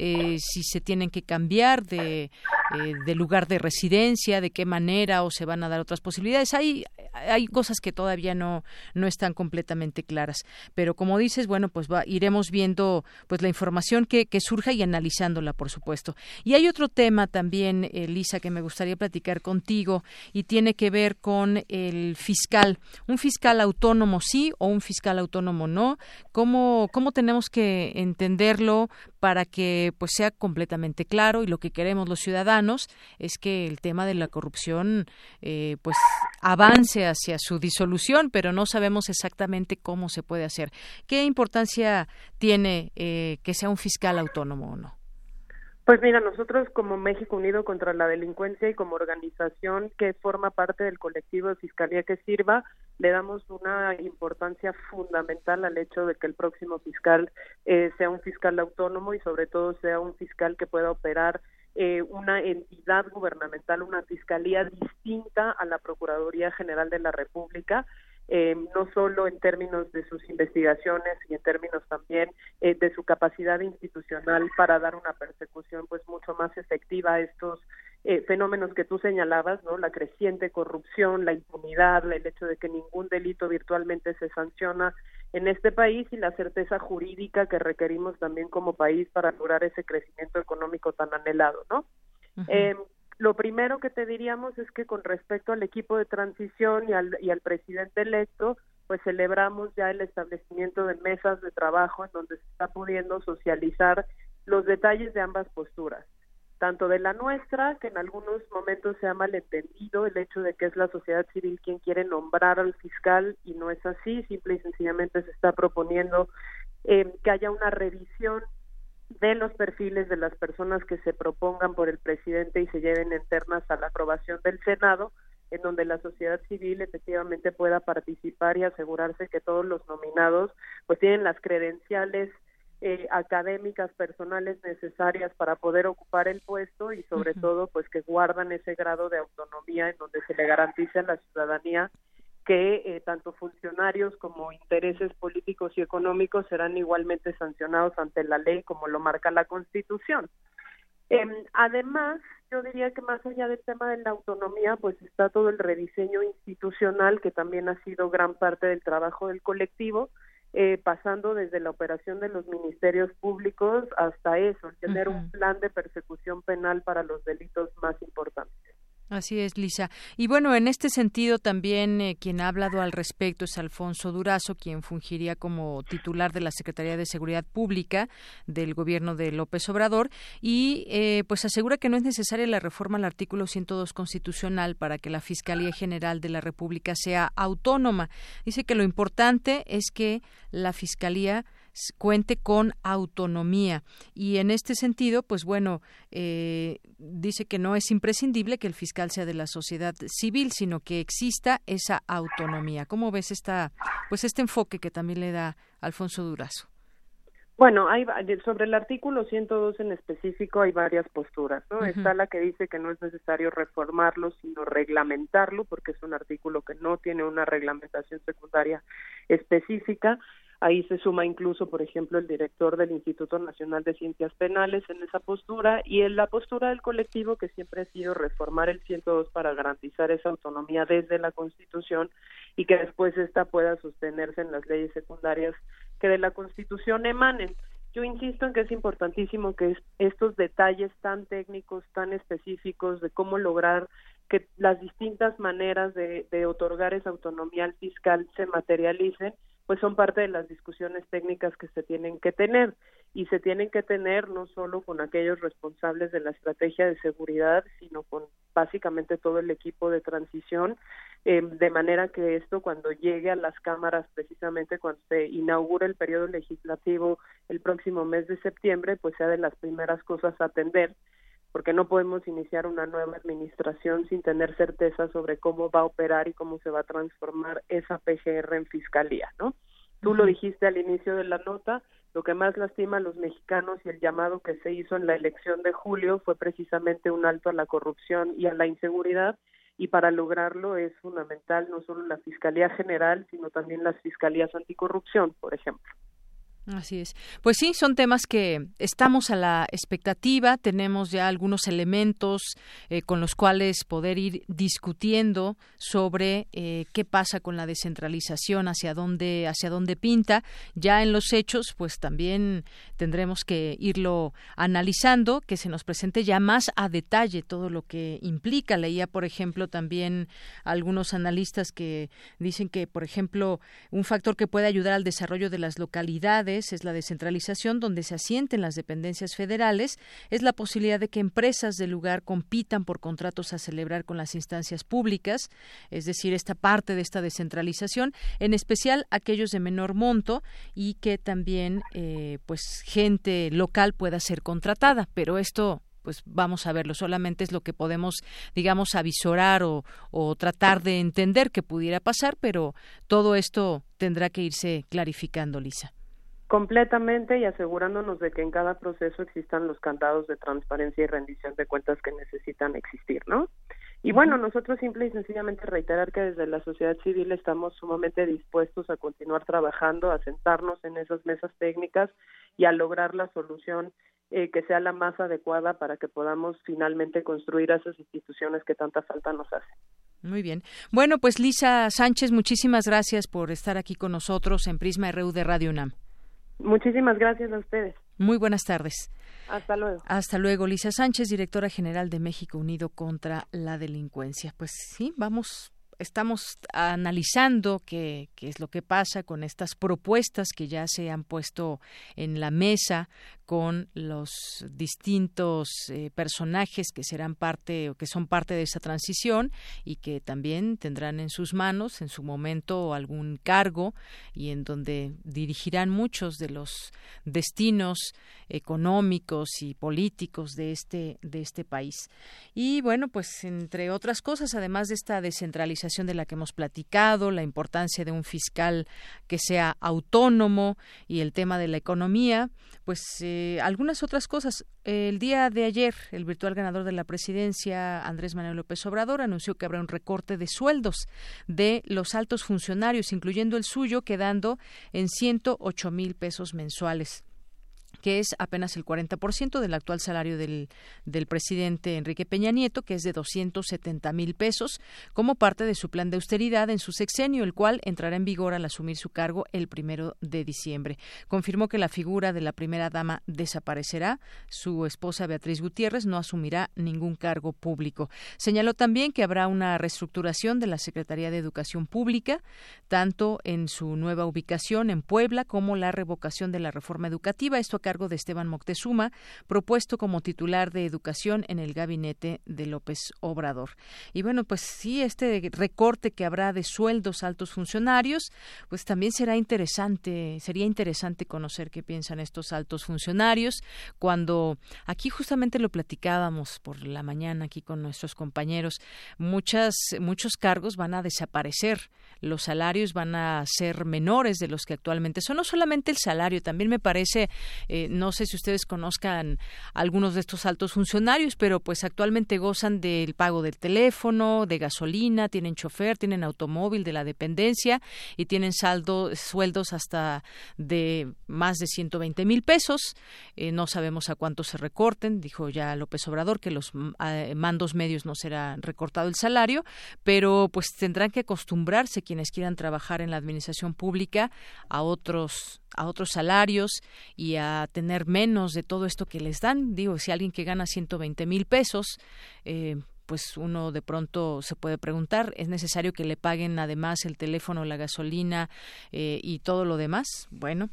Si se tienen que cambiar de lugar de residencia, de qué manera, o se van a dar otras posibilidades. Hay cosas que todavía no están completamente claras, pero como dices, bueno, pues iremos viendo pues la información que surja y analizándola, por supuesto. Y hay otro tema también, Lisa, que me gustaría platicar contigo, y tiene que ver con el fiscal. ¿Un fiscal autónomo sí o un fiscal autónomo no? ¿Cómo tenemos que entenderlo para que pues sea completamente claro? Y lo que queremos los ciudadanos es que el tema de la corrupción pues avance hacia su disolución, pero no sabemos exactamente cómo se puede hacer. ¿Qué importancia tiene que sea un fiscal autónomo o no?
Pues mira, nosotros como México Unido contra la Delincuencia y como organización que forma parte del colectivo de Fiscalía que Sirva, le damos una importancia fundamental al hecho de que el próximo fiscal sea un fiscal autónomo y sobre todo sea un fiscal que pueda operar una entidad gubernamental, una fiscalía distinta a la Procuraduría General de la República, no solo en términos de sus investigaciones y en términos también de su capacidad institucional para dar una persecución pues mucho más efectiva a estos fenómenos que tú señalabas, ¿no? La creciente corrupción, la impunidad, el hecho de que ningún delito virtualmente se sanciona en este país y la certeza jurídica que requerimos también como país para lograr ese crecimiento económico tan anhelado, ¿no? Uh-huh. Lo primero que te diríamos es que con respecto al equipo de transición y al presidente electo, pues celebramos ya el establecimiento de mesas de trabajo en donde se está pudiendo socializar los detalles de ambas posturas, tanto de la nuestra, que en algunos momentos se ha malentendido el hecho de que es la sociedad civil quien quiere nombrar al fiscal y no es así, simple y sencillamente se está proponiendo que haya una revisión de los perfiles de las personas que se propongan por el presidente y se lleven en ternas a la aprobación del Senado, en donde la sociedad civil efectivamente pueda participar y asegurarse que todos los nominados pues tienen las credenciales académicas, personales necesarias para poder ocupar el puesto y sobre uh-huh. todo pues que guardan ese grado de autonomía en donde se le garantice a la ciudadanía que tanto funcionarios como intereses políticos y económicos serán igualmente sancionados ante la ley como lo marca la Constitución. Además, yo diría que más allá del tema de la autonomía, pues está todo el rediseño institucional que también ha sido gran parte del trabajo del colectivo, pasando desde la operación de los ministerios públicos hasta eso, tener uh-huh. un plan de persecución penal para los delitos más importantes.
Así es, Lisa. Y bueno, en este sentido también quien ha hablado al respecto es Alfonso Durazo, quien fungiría como titular de la Secretaría de Seguridad Pública del gobierno de López Obrador y pues asegura que no es necesaria la reforma al artículo 102 constitucional para que la Fiscalía General de la República sea autónoma. Dice que lo importante es que la Fiscalía cuente con autonomía y en este sentido pues bueno dice que no es imprescindible que el fiscal sea de la sociedad civil sino que exista esa autonomía. ¿Cómo ves este enfoque que también le da Alfonso Durazo?
Bueno, sobre el artículo 102 en específico hay varias posturas, ¿no? Uh-huh. Está la que dice que no es necesario reformarlo, sino reglamentarlo, porque es un artículo que no tiene una reglamentación secundaria específica. Ahí se suma incluso, por ejemplo, el director del Instituto Nacional de Ciencias Penales en esa postura y en la postura del colectivo que siempre ha sido reformar el 102 para garantizar esa autonomía desde la Constitución y que después esta pueda sostenerse en las leyes secundarias que de la Constitución emanen. Yo insisto en que es importantísimo que estos detalles tan técnicos, tan específicos de cómo lograr que las distintas maneras de otorgar esa autonomía al fiscal se materialicen, pues son parte de las discusiones técnicas que se tienen que tener y se tienen que tener no solo con aquellos responsables de la estrategia de seguridad, sino con básicamente todo el equipo de transición, de manera que esto cuando llegue a las cámaras, precisamente cuando se inaugure el periodo legislativo el próximo mes de septiembre, pues sea de las primeras cosas a atender. porque no podemos iniciar una nueva administración sin tener certeza sobre cómo va a operar y cómo se va a transformar esa PGR en fiscalía, ¿no? Tú lo dijiste al inicio de la nota, lo que más lastima a los mexicanos y el llamado que se hizo en la elección de julio fue precisamente un alto a la corrupción y a la inseguridad, y para lograrlo es fundamental no solo la Fiscalía General, sino también las Fiscalías Anticorrupción, por ejemplo.
Así es. Pues sí, son temas que estamos a la expectativa, tenemos ya algunos elementos con los cuales poder ir discutiendo sobre qué pasa con la descentralización, hacia dónde pinta. Ya en los hechos, pues también tendremos que irlo analizando, que se nos presente ya más a detalle todo lo que implica. Leía, por ejemplo, también algunos analistas que dicen que, por ejemplo, un factor que puede ayudar al desarrollo de las localidades es la descentralización, donde se asienten las dependencias federales, es la posibilidad de que empresas del lugar compitan por contratos a celebrar con las instancias públicas, es decir, esta parte de esta descentralización, en especial aquellos de menor monto, y que también pues gente local pueda ser contratada, pero esto pues vamos a verlo, solamente es lo que podemos, digamos, avisorar o tratar de entender que pudiera pasar, pero todo esto tendrá que irse clarificando, Lisa.
Completamente, y asegurándonos de que en cada proceso existan los candados de transparencia y rendición de cuentas que necesitan existir, ¿no? Y bueno, nosotros simple y sencillamente reiterar que desde la sociedad civil estamos sumamente dispuestos a continuar trabajando, a sentarnos en esas mesas técnicas y a lograr la solución que sea la más adecuada para que podamos finalmente construir esas instituciones que tanta falta nos hacen.
Muy bien. Bueno, pues Lisa Sánchez, muchísimas gracias por estar aquí con nosotros en Prisma RU de Radio UNAM.
Muchísimas gracias a ustedes.
Muy buenas tardes.
Hasta luego.
Hasta luego, Lisa Sánchez, directora general de México Unido contra la Delincuencia. Pues sí, estamos analizando qué es lo que pasa con estas propuestas que ya se han puesto en la mesa con los distintos personajes que serán parte o que son parte de esa transición y que también tendrán en sus manos en su momento algún cargo y en donde dirigirán muchos de los destinos económicos y políticos de este país. Y bueno, pues entre otras cosas, además de esta descentralización de la que hemos platicado, la importancia de un fiscal que sea autónomo y el tema de la economía, pues algunas otras cosas. El día de ayer, el virtual ganador de la presidencia, Andrés Manuel López Obrador, anunció que habrá un recorte de sueldos de los altos funcionarios, incluyendo el suyo, quedando en 108,000 pesos mensuales, que es apenas el 40% del actual salario del presidente Enrique Peña Nieto, que es de 270,000 pesos, como parte de su plan de austeridad en su sexenio, el cual entrará en vigor al asumir su cargo el 1 de diciembre. Confirmó que la figura de la primera dama desaparecerá. Su esposa Beatriz Gutiérrez no asumirá ningún cargo público. Señaló también que habrá una reestructuración de la Secretaría de Educación Pública, tanto en su nueva ubicación en Puebla como la revocación de la reforma educativa, esto a cargo de Esteban Moctezuma, propuesto como titular de Educación en el gabinete de López Obrador. Y bueno, pues sí, este recorte que habrá de sueldos a altos funcionarios, pues también sería interesante conocer qué piensan estos altos funcionarios, cuando aquí justamente lo platicábamos por la mañana aquí con nuestros compañeros, muchos cargos van a desaparecer, los salarios van a ser menores de los que actualmente son, no solamente el salario, también me parece no sé si ustedes conozcan algunos de estos altos funcionarios, pero pues actualmente gozan del pago del teléfono, de gasolina, tienen chofer, tienen automóvil de la dependencia y tienen sueldos hasta de más de 120,000 pesos. No sabemos a cuánto se recorten, dijo ya López Obrador que los mandos medios no será recortado el salario, pero pues tendrán que acostumbrarse quienes quieran trabajar en la administración pública a otros salarios y a tener menos de todo esto que les dan. Digo, si alguien que gana 120,000 pesos, pues uno de pronto se puede preguntar, ¿es necesario que le paguen además el teléfono, la gasolina y todo lo demás? Bueno,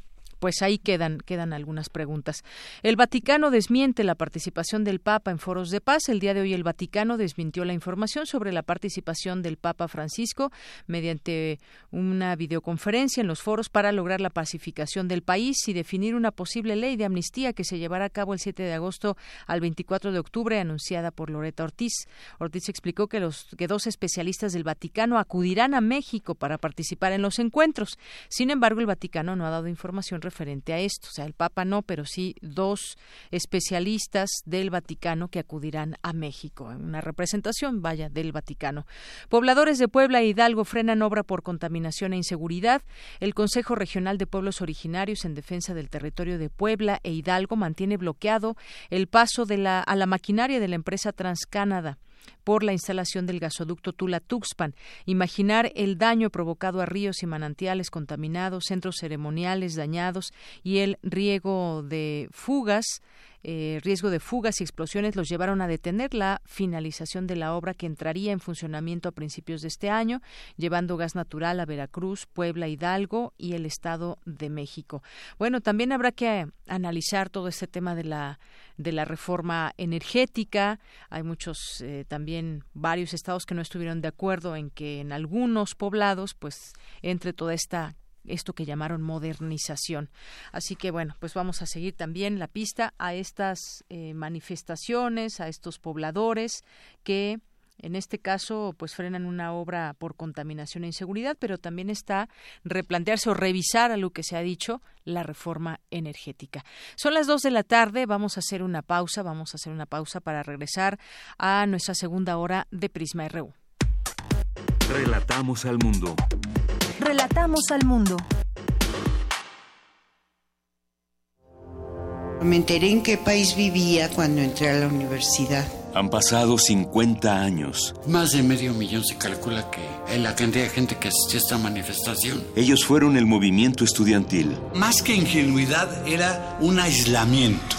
pues ahí quedan algunas preguntas. El Vaticano desmiente la participación del Papa en foros de paz. El día de hoy el Vaticano desmintió la información sobre la participación del Papa Francisco mediante una videoconferencia en los foros para lograr la pacificación del país y definir una posible ley de amnistía que se llevará a cabo el 7 de agosto al 24 de octubre, anunciada por Loretta Ortiz. Ortiz explicó que 2 especialistas del Vaticano acudirán a México para participar en los encuentros. Sin embargo, el Vaticano no ha dado información referente a esto. O sea, el Papa no, pero sí 2 especialistas del Vaticano que acudirán a México, en una representación, del Vaticano. Pobladores de Puebla e Hidalgo frenan obra por contaminación e inseguridad. El Consejo Regional de Pueblos Originarios en Defensa del Territorio de Puebla e Hidalgo mantiene bloqueado el paso a la maquinaria de la empresa TransCanada por la instalación del gasoducto Tula-Tuxpan. Imaginar el daño provocado a ríos y manantiales contaminados, centros ceremoniales dañados y el riesgo de fugas y explosiones los llevaron a detener la finalización de la obra que entraría en funcionamiento a principios de este año, llevando gas natural a Veracruz, Puebla, Hidalgo y el Estado de México. Bueno, también habrá que analizar todo este tema de la reforma energética. Hay también varios estados que no estuvieron de acuerdo en que en algunos poblados pues entre toda esto que llamaron modernización. Así que bueno, pues vamos a seguir también la pista a estas manifestaciones, a estos pobladores que en este caso pues frenan una obra por contaminación e inseguridad, pero también está replantearse o revisar a lo que se ha dicho la reforma energética. Son las 2 de la tarde, vamos a hacer una pausa para regresar a nuestra segunda hora de Prisma RU.
Relatamos al mundo.
Relatamos al mundo.
Me enteré en qué país vivía cuando entré a la universidad.
Han pasado 50 años.
Más de 500,000 se calcula que es la cantidad de gente que asistió a esta manifestación.
Ellos fueron el movimiento estudiantil.
Más que ingenuidad, era un aislamiento.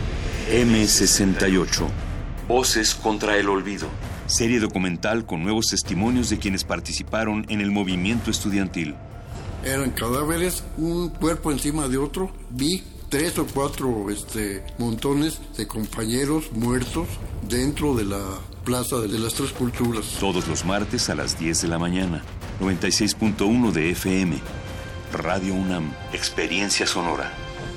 M68. Voces contra el olvido. Serie documental con nuevos testimonios de quienes participaron en el movimiento estudiantil.
Eran cadáveres, un cuerpo encima de otro. Vi 3 o 4 montones de compañeros muertos dentro de la Plaza de las Tres Culturas.
Todos los martes a las 10 de la mañana. 96.1 de FM. Radio UNAM. Experiencia sonora.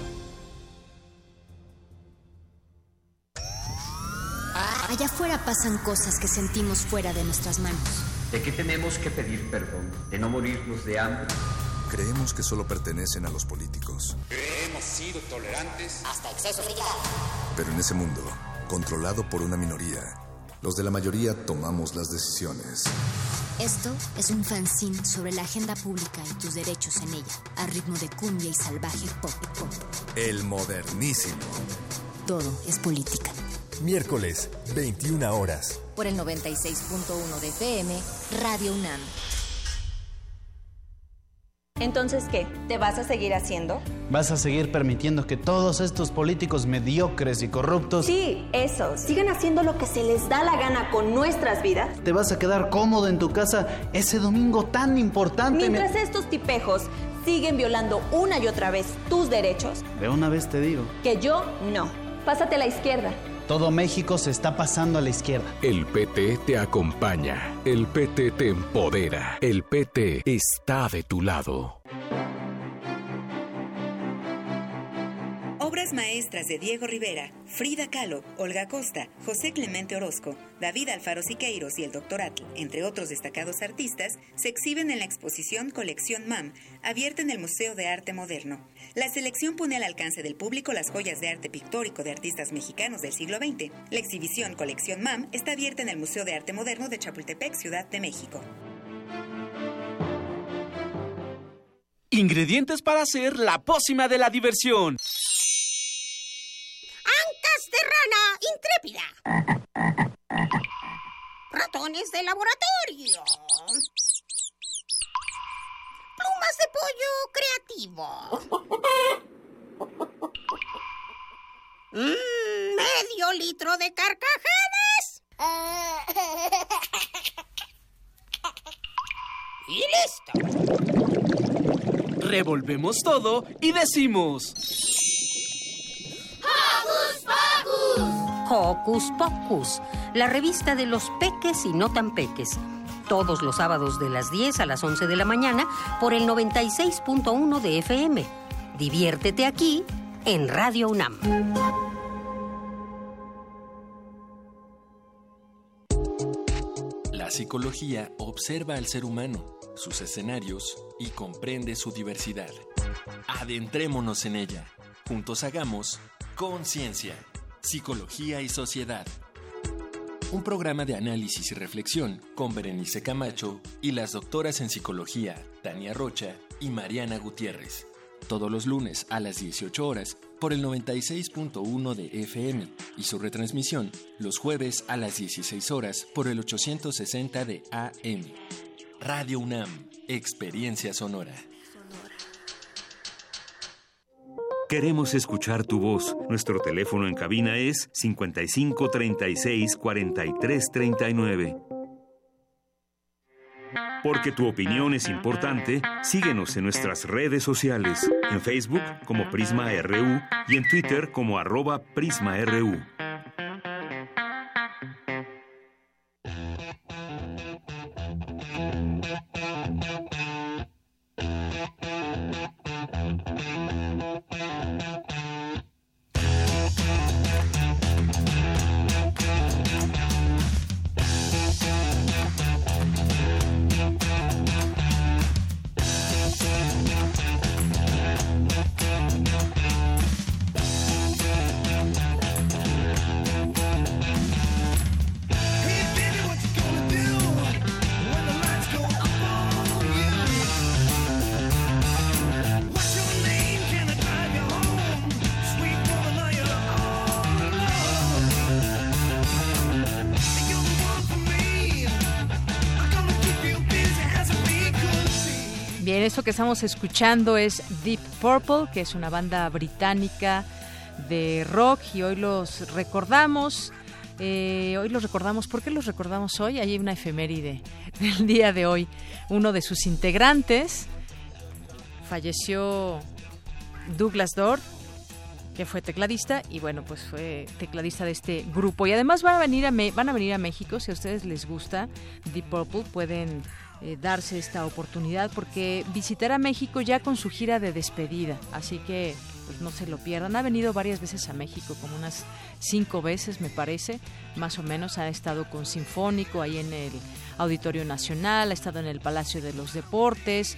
Allá afuera pasan cosas que sentimos fuera de nuestras manos.
¿De qué tenemos que pedir perdón? ¿De no morirnos de hambre?
Creemos que solo pertenecen a los políticos.
Hemos sido tolerantes
hasta excesos de ya.
Pero en ese mundo, controlado por una minoría, los de la mayoría tomamos las decisiones.
Esto es un fanzine sobre la agenda pública y tus derechos en ella, a ritmo de cumbia y salvaje pop.
El modernísimo.
Todo es política.
Miércoles, 21 horas.
Por el 96.1 de FM, Radio UNAM.
Entonces, ¿qué? ¿Te vas a seguir haciendo?
¿Vas a seguir permitiendo que todos estos políticos mediocres y corruptos...
Sí, eso. Sigan haciendo lo que se les da la gana con nuestras vidas.
¿Te vas a quedar cómodo en tu casa ese domingo tan importante?
Mientras estos tipejos siguen violando una y otra vez tus derechos...
De una vez te digo...
Que yo no. Pásate a la izquierda.
Todo México se está pasando a la izquierda.
El PT te acompaña. El PT te empodera. El PT está de tu lado.
Obras maestras de Diego Rivera, Frida Kahlo, Olga Costa, José Clemente Orozco, David Alfaro Siqueiros y el Dr. Atl, entre otros destacados artistas, se exhiben en la exposición Colección MAM, abierta en el Museo de Arte Moderno. La selección pone al alcance del público las joyas de arte pictórico de artistas mexicanos del siglo XX. La exhibición Colección MAM está abierta en el Museo de Arte Moderno de Chapultepec, Ciudad de México.
Ingredientes para hacer la pócima de la diversión.
Ancas de rana intrépida. Ratones de laboratorio. Plumas de pollo creativo. Medio litro de carcajadas. Y listo.
revolvemos todo y decimos...
¡Hocus Pocus! Hocus Pocus, la revista de los peques y no tan peques. Todos los sábados de las 10 a las 11 de la mañana por el 96.1 de FM. Diviértete aquí en Radio UNAM.
La psicología observa al ser humano, sus escenarios y comprende su diversidad. Adentrémonos en ella. Juntos hagamos Conciencia, Psicología y Sociedad. Un programa de análisis y reflexión con Berenice Camacho y las doctoras en psicología Tania Rocha y Mariana Gutiérrez. Todos los lunes a las 18 horas por el 96.1 de FM y su retransmisión los jueves a las 16 horas por el 860 de AM. Radio UNAM, Experiencia Sonora.
Queremos escuchar tu voz. Nuestro teléfono en cabina es 55 36 43 39. Porque tu opinión es importante, síguenos en nuestras redes sociales, en Facebook como Prisma RU y en Twitter como @PrismaRU.
Bien, esto que estamos escuchando es Deep Purple, que es una banda británica de rock, y hoy los recordamos. ¿Por qué los recordamos hoy? Hay una efeméride del día de hoy. Uno de sus integrantes falleció, Douglas Dord, que fue tecladista, y bueno, pues fue tecladista de este grupo. Y además van a venir a México. Si a ustedes les gusta Deep Purple, pueden darse esta oportunidad, porque visitará México ya con su gira de despedida, así que pues no se lo pierdan. Ha venido varias veces a México, como unas 5 veces me parece, más o menos. Ha estado con Sinfónico ahí en el Auditorio Nacional, ha estado en el Palacio de los Deportes,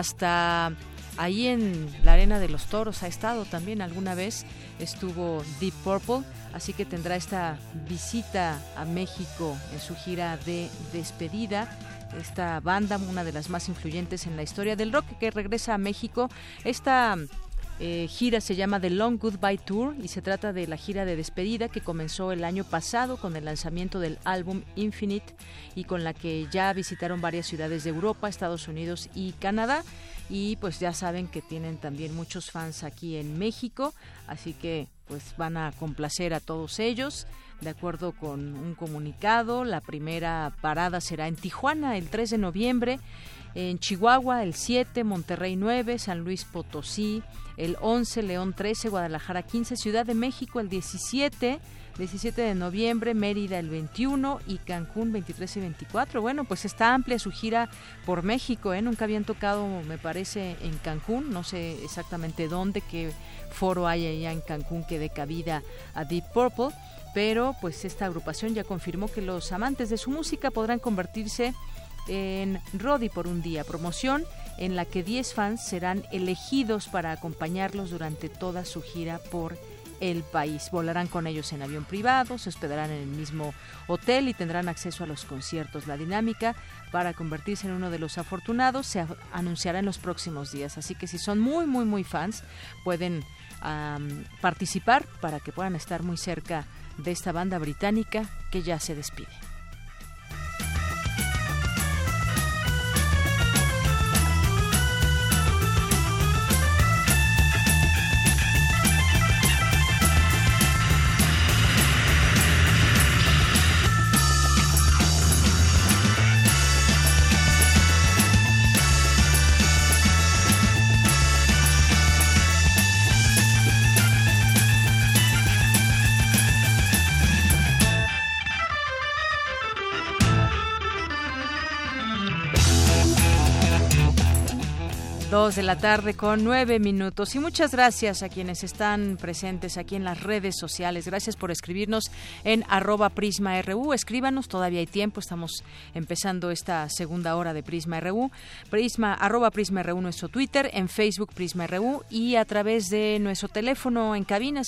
hasta ahí en la Arena de los Toros ha estado también alguna vez, estuvo Deep Purple, así que tendrá esta visita a México en su gira de despedida. Esta banda, una de las más influyentes en la historia del rock, que regresa a México. Esta gira se llama The Long Goodbye Tour y se trata de la gira de despedida que comenzó el año pasado con el lanzamiento del álbum Infinite, y con la que ya visitaron varias ciudades de Europa, Estados Unidos y Canadá. Y pues ya saben que tienen también muchos fans aquí en México, así que pues van a complacer a todos ellos. De acuerdo con un comunicado, la primera parada será en Tijuana el 3 de noviembre, en Chihuahua el 7, Monterrey 9, San Luis Potosí el 11, León 13, Guadalajara 15, Ciudad de México el 17 de noviembre, Mérida el 21 y Cancún 23 y 24. Bueno, pues está amplia su gira por México, nunca habían tocado, me parece, en Cancún, no sé exactamente dónde, qué foro hay allá en Cancún que dé cabida a Deep Purple, pero pues esta agrupación ya confirmó que los amantes de su música podrán convertirse en roadie por un día, promoción en la que 10 fans serán elegidos para acompañarlos durante toda su gira por el país. Volarán con ellos en avión privado, se hospedarán en el mismo hotel y tendrán acceso a los conciertos. La dinámica para convertirse en uno de los afortunados se anunciará en los próximos días, así que si son muy fans, pueden participar para que puedan estar muy cerca de esta banda británica que ya se despide. 2:09 y muchas gracias a quienes están presentes aquí en las redes sociales. Gracias por escribirnos en @PrismaRU. Escríbanos, todavía hay tiempo, estamos empezando esta segunda hora de Prisma RU. @PrismaRU nuestro Twitter, en Facebook Prisma RU y a través de nuestro teléfono en cabina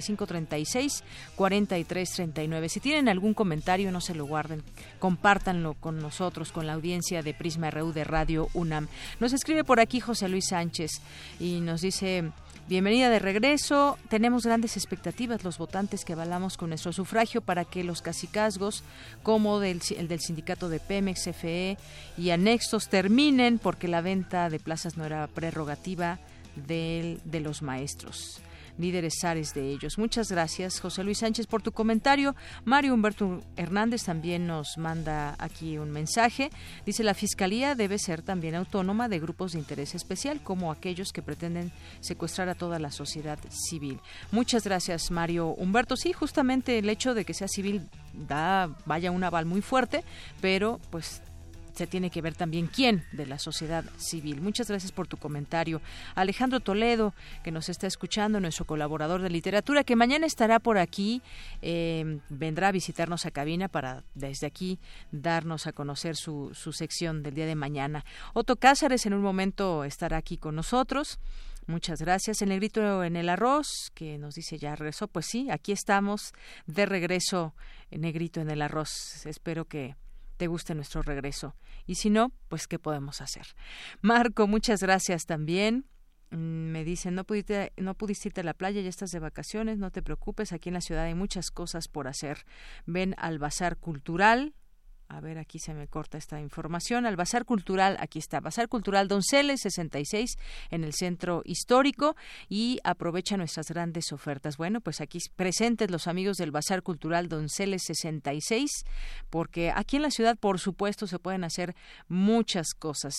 5536-4339. Si tienen algún comentario, no se lo guarden, compártanlo con nosotros, con la audiencia de Prisma RU de Radio UNAM. Nos escribe por aquí José Luis Sánchez y nos dice: bienvenida de regreso, tenemos grandes expectativas los votantes que avalamos con nuestro sufragio para que los cacicazgos como el del sindicato de Pemex, CFE y anexos terminen, porque la venta de plazas no era prerrogativa de los maestros, líderes zares de ellos. Muchas gracias, José Luis Sánchez, por tu comentario. Mario Humberto Hernández también nos manda aquí un mensaje. Dice: la Fiscalía debe ser también autónoma de grupos de interés especial, como aquellos que pretenden secuestrar a toda la sociedad civil. Muchas gracias, Mario Humberto. Sí, justamente el hecho de que sea civil vaya un aval muy fuerte, pero pues se tiene que ver también quién de la sociedad civil. Muchas gracias por tu comentario. Alejandro Toledo, que nos está escuchando, nuestro colaborador de literatura, que mañana estará por aquí, vendrá a visitarnos a cabina para desde aquí darnos a conocer su sección del día de mañana. Otto Cázares en un momento estará aquí con nosotros. Muchas gracias. El Negrito en el Arroz, que nos dice ya regresó. Pues sí, aquí estamos de regreso, Negrito en el Arroz. Espero que te guste nuestro regreso. Y si no, pues ¿qué podemos hacer? Marco, muchas gracias también. Me dicen: no pudiste irte a la playa, ya estás de vacaciones, no te preocupes, aquí en la ciudad hay muchas cosas por hacer. Ven al Bazar Cultural. A ver, aquí se me corta esta información. Al Bazar Cultural, aquí está, Bazar Cultural Donceles 66 en el Centro Histórico, y aprovecha nuestras grandes ofertas. Bueno, pues aquí presentes los amigos del Bazar Cultural Donceles 66, porque aquí en la ciudad, por supuesto, se pueden hacer muchas cosas.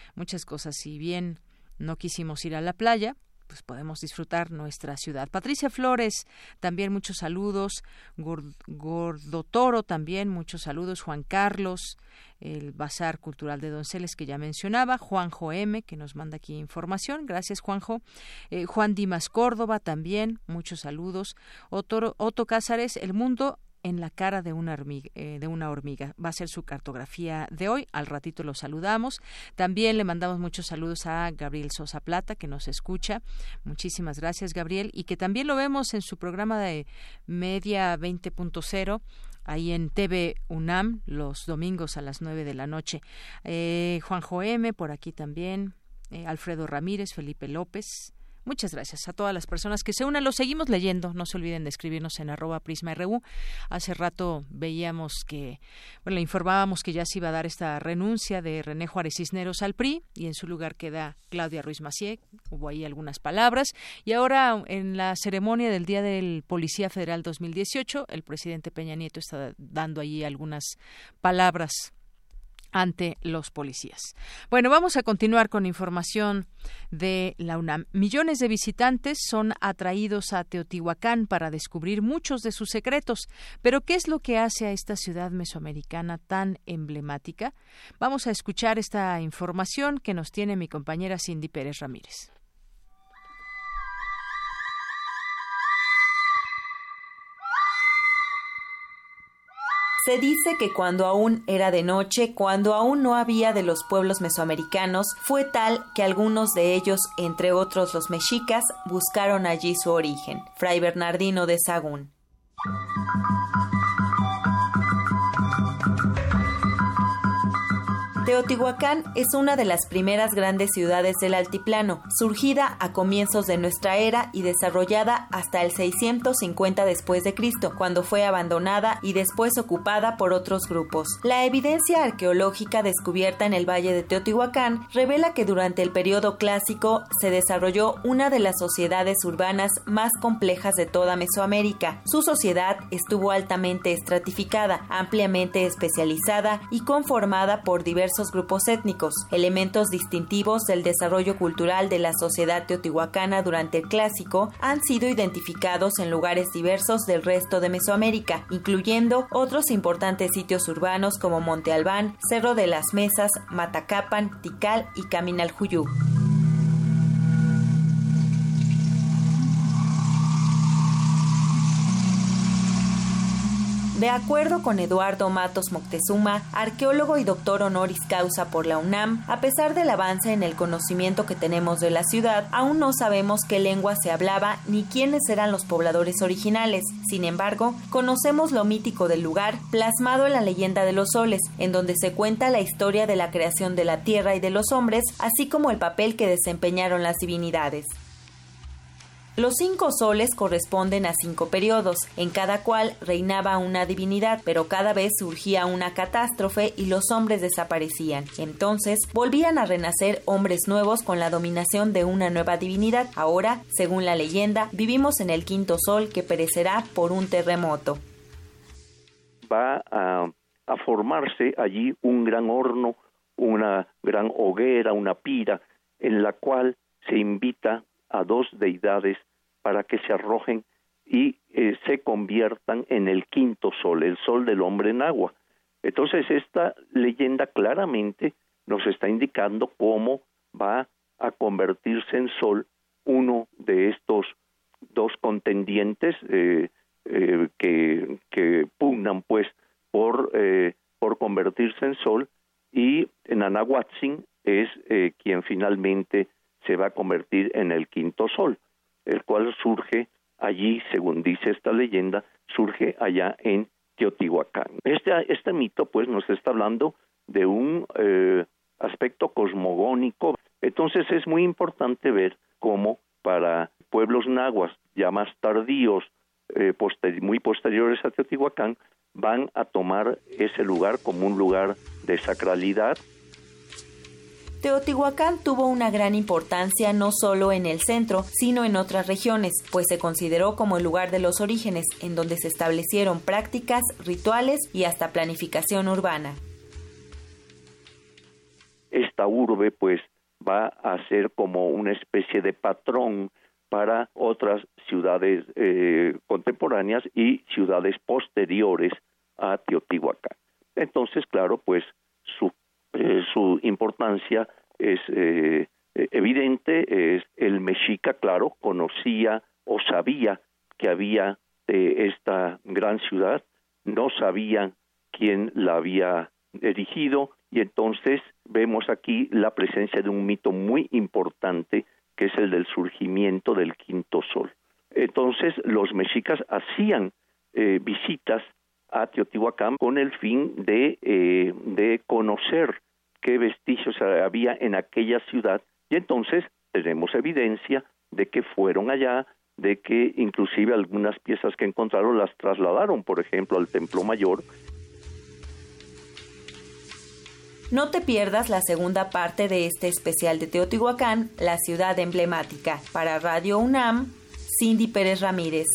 Si bien no quisimos ir a la playa, pues podemos disfrutar nuestra ciudad. Patricia Flores, también muchos saludos. Gordo Toro, también muchos saludos. Juan Carlos, el Bazar Cultural de Donceles que ya mencionaba. Juanjo M, que nos manda aquí información. Gracias, Juanjo. Juan Dimas Córdoba, también muchos saludos. Otto Cázares, el mundo en la cara de una hormiga. Va a ser su cartografía de hoy. Al ratito lo saludamos. También le mandamos muchos saludos a Gabriel Sosa Plata, que nos escucha. Muchísimas gracias, Gabriel. Y que también lo vemos en su programa de Media 20.0, ahí en TV UNAM, los domingos a las 9 de la noche. Juanjo M, por aquí también. Alfredo Ramírez, Felipe López. Muchas gracias a todas las personas que se unen. Los seguimos leyendo. No se olviden de escribirnos en @PrismaRU. Hace rato informábamos que ya se iba a dar esta renuncia de René Juárez Cisneros al PRI y en su lugar queda Claudia Ruiz Massieu. Hubo ahí algunas palabras. Y ahora, en la ceremonia del Día del Policía Federal 2018, el presidente Peña Nieto está dando ahí algunas palabras ante los policías. Bueno, vamos a continuar con información de la UNAM. Millones de visitantes son atraídos a Teotihuacán para descubrir muchos de sus secretos. Pero ¿qué es lo que hace a esta ciudad mesoamericana tan emblemática? Vamos a escuchar esta información que nos tiene mi compañera Cindy Pérez Ramírez.
Se dice que cuando aún era de noche, cuando aún no había de los pueblos mesoamericanos, fue tal que algunos de ellos, entre otros los mexicas, buscaron allí su origen. Fray Bernardino de Sahagún. Teotihuacán es una de las primeras grandes ciudades del altiplano, surgida a comienzos de nuestra era y desarrollada hasta el 650 después de Cristo, cuando fue abandonada y después ocupada por otros grupos. La evidencia arqueológica descubierta en el Valle de Teotihuacán revela que durante el periodo clásico se desarrolló una de las sociedades urbanas más complejas de toda Mesoamérica. Su sociedad estuvo altamente estratificada, ampliamente especializada y conformada por diversos grupos étnicos. Elementos distintivos del desarrollo cultural de la sociedad teotihuacana durante el Clásico han sido identificados en lugares diversos del resto de Mesoamérica, incluyendo otros importantes sitios urbanos como Monte Albán, Cerro de las Mesas, Matacapan, Tikal y Caminaljuyu. De acuerdo con Eduardo Matos Moctezuma, arqueólogo y doctor honoris causa por la UNAM, a pesar del avance en el conocimiento que tenemos de la ciudad, aún no sabemos qué lengua se hablaba ni quiénes eran los pobladores originales. Sin embargo, conocemos lo mítico del lugar, plasmado en la leyenda de los soles, en donde se cuenta la historia de la creación de la tierra y de los hombres, así como el papel que desempeñaron las divinidades. Los 5 soles corresponden a 5 periodos, en cada cual reinaba una divinidad, pero cada vez surgía una catástrofe y los hombres desaparecían. Entonces, volvían a renacer hombres nuevos con la dominación de una nueva divinidad. Ahora, según la leyenda, vivimos en el 5º sol que perecerá por un terremoto.
Va a formarse allí un gran horno, una gran hoguera, una pira, en la cual se invita a 2 deidades para que se arrojen y se conviertan en el 5º sol, el sol del hombre en agua. Entonces esta leyenda claramente nos está indicando cómo va a convertirse en sol uno de estos 2 contendientes que pugnan pues por convertirse en sol, y Nanahuatzin es quien finalmente se va a convertir en el 5º sol, el cual surge allí, según dice esta leyenda, surge allá en Teotihuacán. Este mito pues nos está hablando de un aspecto cosmogónico. Entonces es muy importante ver cómo para pueblos nahuas ya más tardíos, muy posteriores a Teotihuacán, van a tomar ese lugar como un lugar de sacralidad.
Teotihuacán tuvo una gran importancia no solo en el centro, sino en otras regiones, pues se consideró como el lugar de los orígenes, en donde se establecieron prácticas, rituales y hasta planificación urbana.
Esta urbe, pues, va a ser como una especie de patrón para otras ciudades contemporáneas y ciudades posteriores a Teotihuacán. Entonces, claro, pues, su importancia es evidente. El mexica, claro, conocía o sabía que había esta gran ciudad, no sabían quién la había erigido, y entonces vemos aquí la presencia de un mito muy importante, que es el del surgimiento del 5º sol. Entonces los mexicas hacían visitas a Teotihuacán con el fin de conocer qué vestigios había en aquella ciudad, y entonces tenemos evidencia de que fueron allá, de que inclusive algunas piezas que encontraron las trasladaron, por ejemplo, al Templo Mayor.
No te pierdas la segunda parte de este especial de Teotihuacán, la ciudad emblemática. Para Radio UNAM, Cindy Pérez Ramírez.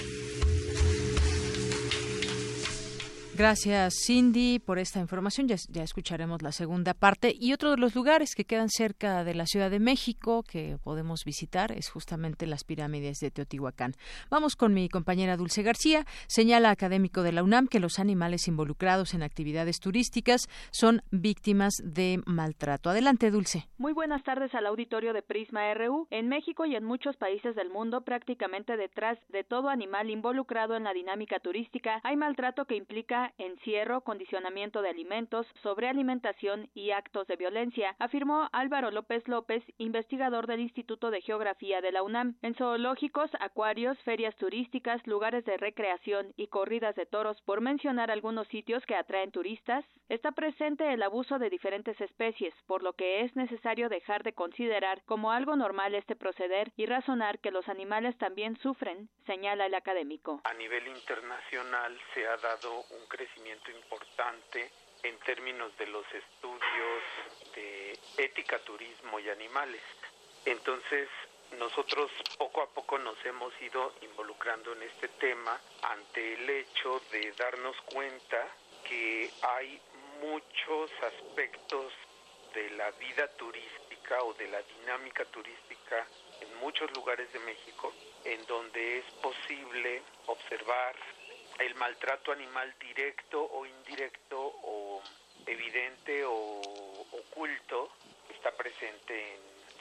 Gracias, Cindy, por esta información. Ya escucharemos la segunda parte. Y otro de los lugares que quedan cerca de la Ciudad de México que podemos visitar es justamente las pirámides de Teotihuacán. Vamos con mi compañera Dulce García. Señala académico de la UNAM que los animales involucrados en actividades turísticas son víctimas de maltrato. Adelante, Dulce.
Muy buenas tardes al auditorio de Prisma RU. En México y en muchos países del mundo, prácticamente detrás de todo animal involucrado en la dinámica turística, hay maltrato que implica encierro, condicionamiento de alimentos, sobrealimentación y actos de violencia, afirmó Álvaro López López, investigador del Instituto de Geografía de la UNAM. En zoológicos, acuarios, ferias turísticas, lugares de recreación y corridas de toros, por mencionar algunos sitios que atraen turistas, está presente el abuso de diferentes especies, por lo que es necesario dejar de considerar como algo normal este proceder y razonar que los animales también sufren, señala el académico.
A nivel internacional se ha dado un crecimiento importante en términos de los estudios de ética, turismo y animales. Entonces, nosotros poco a poco nos hemos ido involucrando en este tema ante el hecho de darnos cuenta que hay muchos aspectos de la vida turística o de la dinámica turística en muchos lugares de México en donde es posible observar el maltrato animal directo o indirecto o evidente o oculto está presente en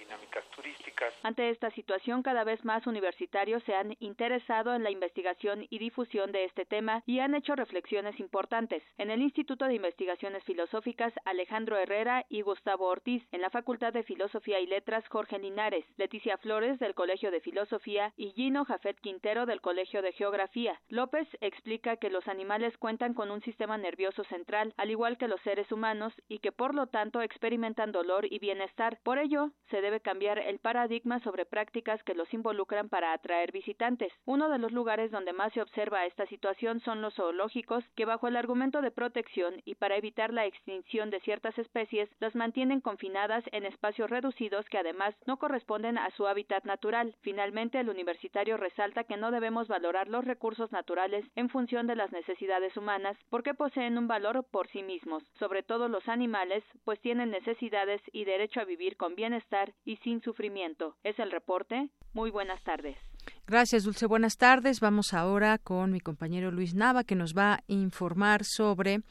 dinámicas turísticas.
Ante esta situación, cada vez más universitarios se han interesado en la investigación y difusión de este tema y han hecho reflexiones importantes. En el Instituto de Investigaciones Filosóficas, Alejandro Herrera y Gustavo Ortiz; en la Facultad de Filosofía y Letras, Jorge Linares; Leticia Flores, del Colegio de Filosofía, y Gino Jafet Quintero, del Colegio de Geografía. López explica que los animales cuentan con un sistema nervioso central, al igual que los seres humanos, y que por lo tanto experimentan dolor y bienestar. Por ello, se debe cambiar el paradigma sobre prácticas que los involucran para atraer visitantes. Uno de los lugares donde más se observa esta situación son los zoológicos, que bajo el argumento de protección y para evitar la extinción de ciertas especies, las mantienen confinadas en espacios reducidos que además no corresponden a su hábitat natural. Finalmente, el universitario resalta que no debemos valorar los recursos naturales en función de las necesidades humanas, porque poseen un valor por sí mismos, sobre todo los animales, pues tienen necesidades y derecho a vivir con bienestar y sin sufrimiento. Es el reporte. Muy buenas tardes.
Gracias, Dulce. Buenas tardes. Vamos ahora con mi compañero Luis Nava, que nos va a informar sobre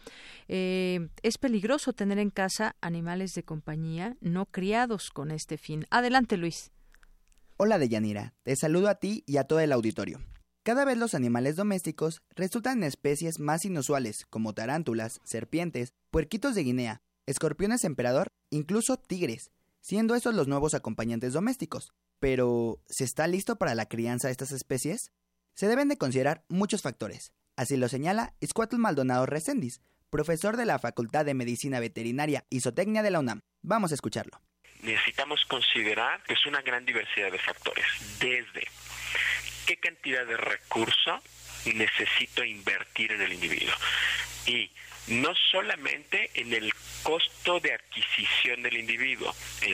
es peligroso tener en casa animales de compañía no criados con este fin. Adelante, Luis.
Hola, Deyanira. Te saludo a ti y a todo el auditorio. Cada vez los animales domésticos resultan en especies más inusuales, como tarántulas, serpientes, puerquitos de Guinea, escorpiones emperador, incluso tigres, siendo estos los nuevos acompañantes domésticos. Pero, ¿se está listo para la crianza de estas especies? Se deben de considerar muchos factores. Así lo señala Izcuatl Maldonado Reséndiz, profesor de la Facultad de Medicina Veterinaria y Zootecnia de la UNAM. Vamos a escucharlo.
Necesitamos considerar que es una gran diversidad de factores, desde qué cantidad de recurso necesito invertir en el individuo y no solamente en el costo de adquisición del individuo,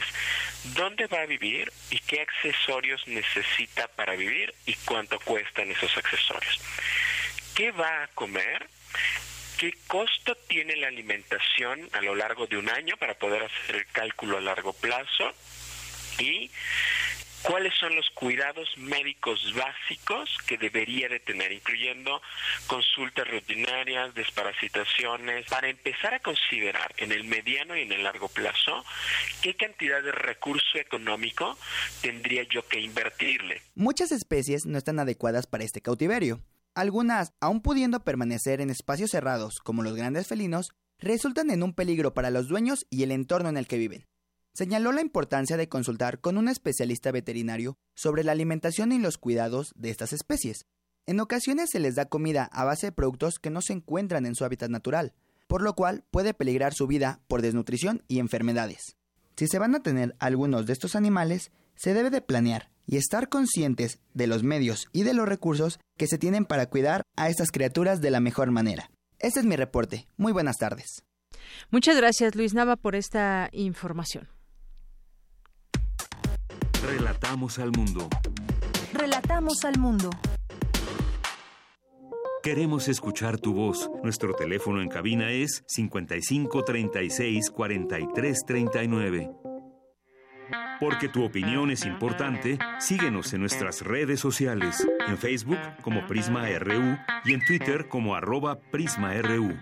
es dónde va a vivir y qué accesorios necesita para vivir y cuánto cuestan esos accesorios. ¿Qué va a comer? ¿Qué costo tiene la alimentación a lo largo de un año para poder hacer el cálculo a largo plazo? Y ¿cuáles son los cuidados médicos básicos que debería de tener, incluyendo consultas rutinarias, desparasitaciones, para empezar a considerar en el mediano y en el largo plazo qué cantidad de recurso económico tendría yo que invertirle?
Muchas especies no están adecuadas para este cautiverio. Algunas, aún pudiendo permanecer en espacios cerrados, como los grandes felinos, resultan en un peligro para los dueños y el entorno en el que viven. Señaló la importancia de consultar con un especialista veterinario sobre la alimentación y los cuidados de estas especies. En ocasiones se les da comida a base de productos que no se encuentran en su hábitat natural, por lo cual puede peligrar su vida por desnutrición y enfermedades. Si se van a tener algunos de estos animales, se debe de planear y estar conscientes de los medios y de los recursos que se tienen para cuidar a estas criaturas de la mejor manera. Este es mi reporte. Muy buenas tardes.
Muchas gracias, Luis Nava, por esta información.
Relatamos al mundo.
Relatamos al mundo.
Queremos escuchar tu voz. Nuestro teléfono en cabina es 55 36 43 39. Porque tu opinión es importante, síguenos en nuestras redes sociales, en Facebook como Prisma RU y en Twitter como @PrismaRU.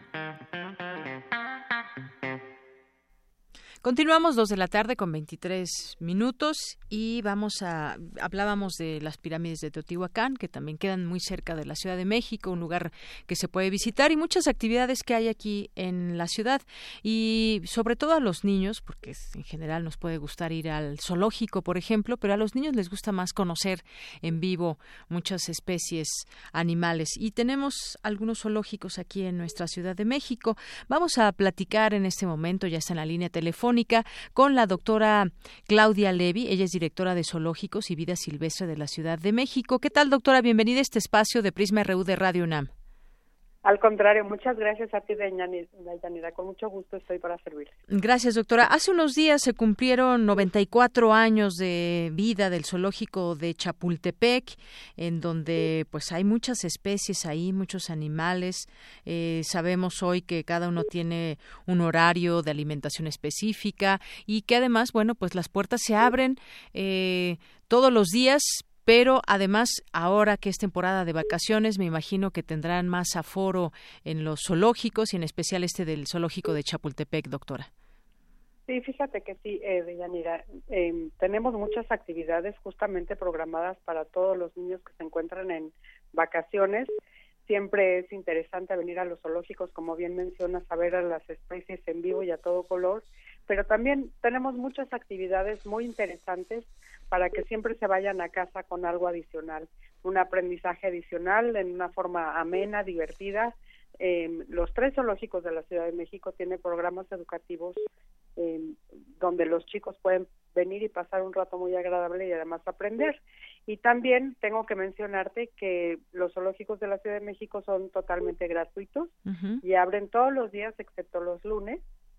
Continuamos 2:00 p.m. y hablábamos de las pirámides de Teotihuacán, que también quedan muy cerca de la Ciudad de México, un lugar que se puede visitar y muchas actividades que hay aquí en la ciudad y sobre todo a los niños, porque en general nos puede gustar ir al zoológico, por ejemplo, pero a los niños les gusta más conocer en vivo muchas especies animales y tenemos algunos zoológicos aquí en nuestra Ciudad de México. Vamos a platicar en este momento, ya está en la línea telefónica, con la doctora Claudia Levy. Ella es directora de Zoológicos y Vida Silvestre de la Ciudad de México. ¿Qué tal, doctora? Bienvenida a este espacio de Prisma RU de Radio UNAM.
Al contrario, muchas gracias a ti, Deyanira. Con mucho gusto estoy para servir.
Gracias, doctora. Hace unos días se cumplieron 94 años de vida del zoológico de Chapultepec, en donde pues hay muchas especies ahí, muchos animales. Sabemos hoy que cada uno tiene un horario de alimentación específica y que además, bueno, pues las puertas se abren todos los días. Pero además, ahora que es temporada de vacaciones, me imagino que tendrán más aforo en los zoológicos y en especial este del zoológico de Chapultepec, doctora.
Sí, fíjate que sí, Deyanira, tenemos muchas actividades justamente programadas para todos los niños que se encuentran en vacaciones. Siempre es interesante venir a los zoológicos, como bien mencionas, a ver a las especies en vivo y a todo color, pero también tenemos muchas actividades muy interesantes para que siempre se vayan a casa con algo adicional, un aprendizaje adicional en una forma amena, divertida. Los 3 zoológicos de la Ciudad de México tienen programas educativos donde los chicos pueden venir y pasar un rato muy agradable y además aprender. Y también tengo que mencionarte que los zoológicos de la Ciudad de México son totalmente gratuitos y abren todos los días excepto los lunes.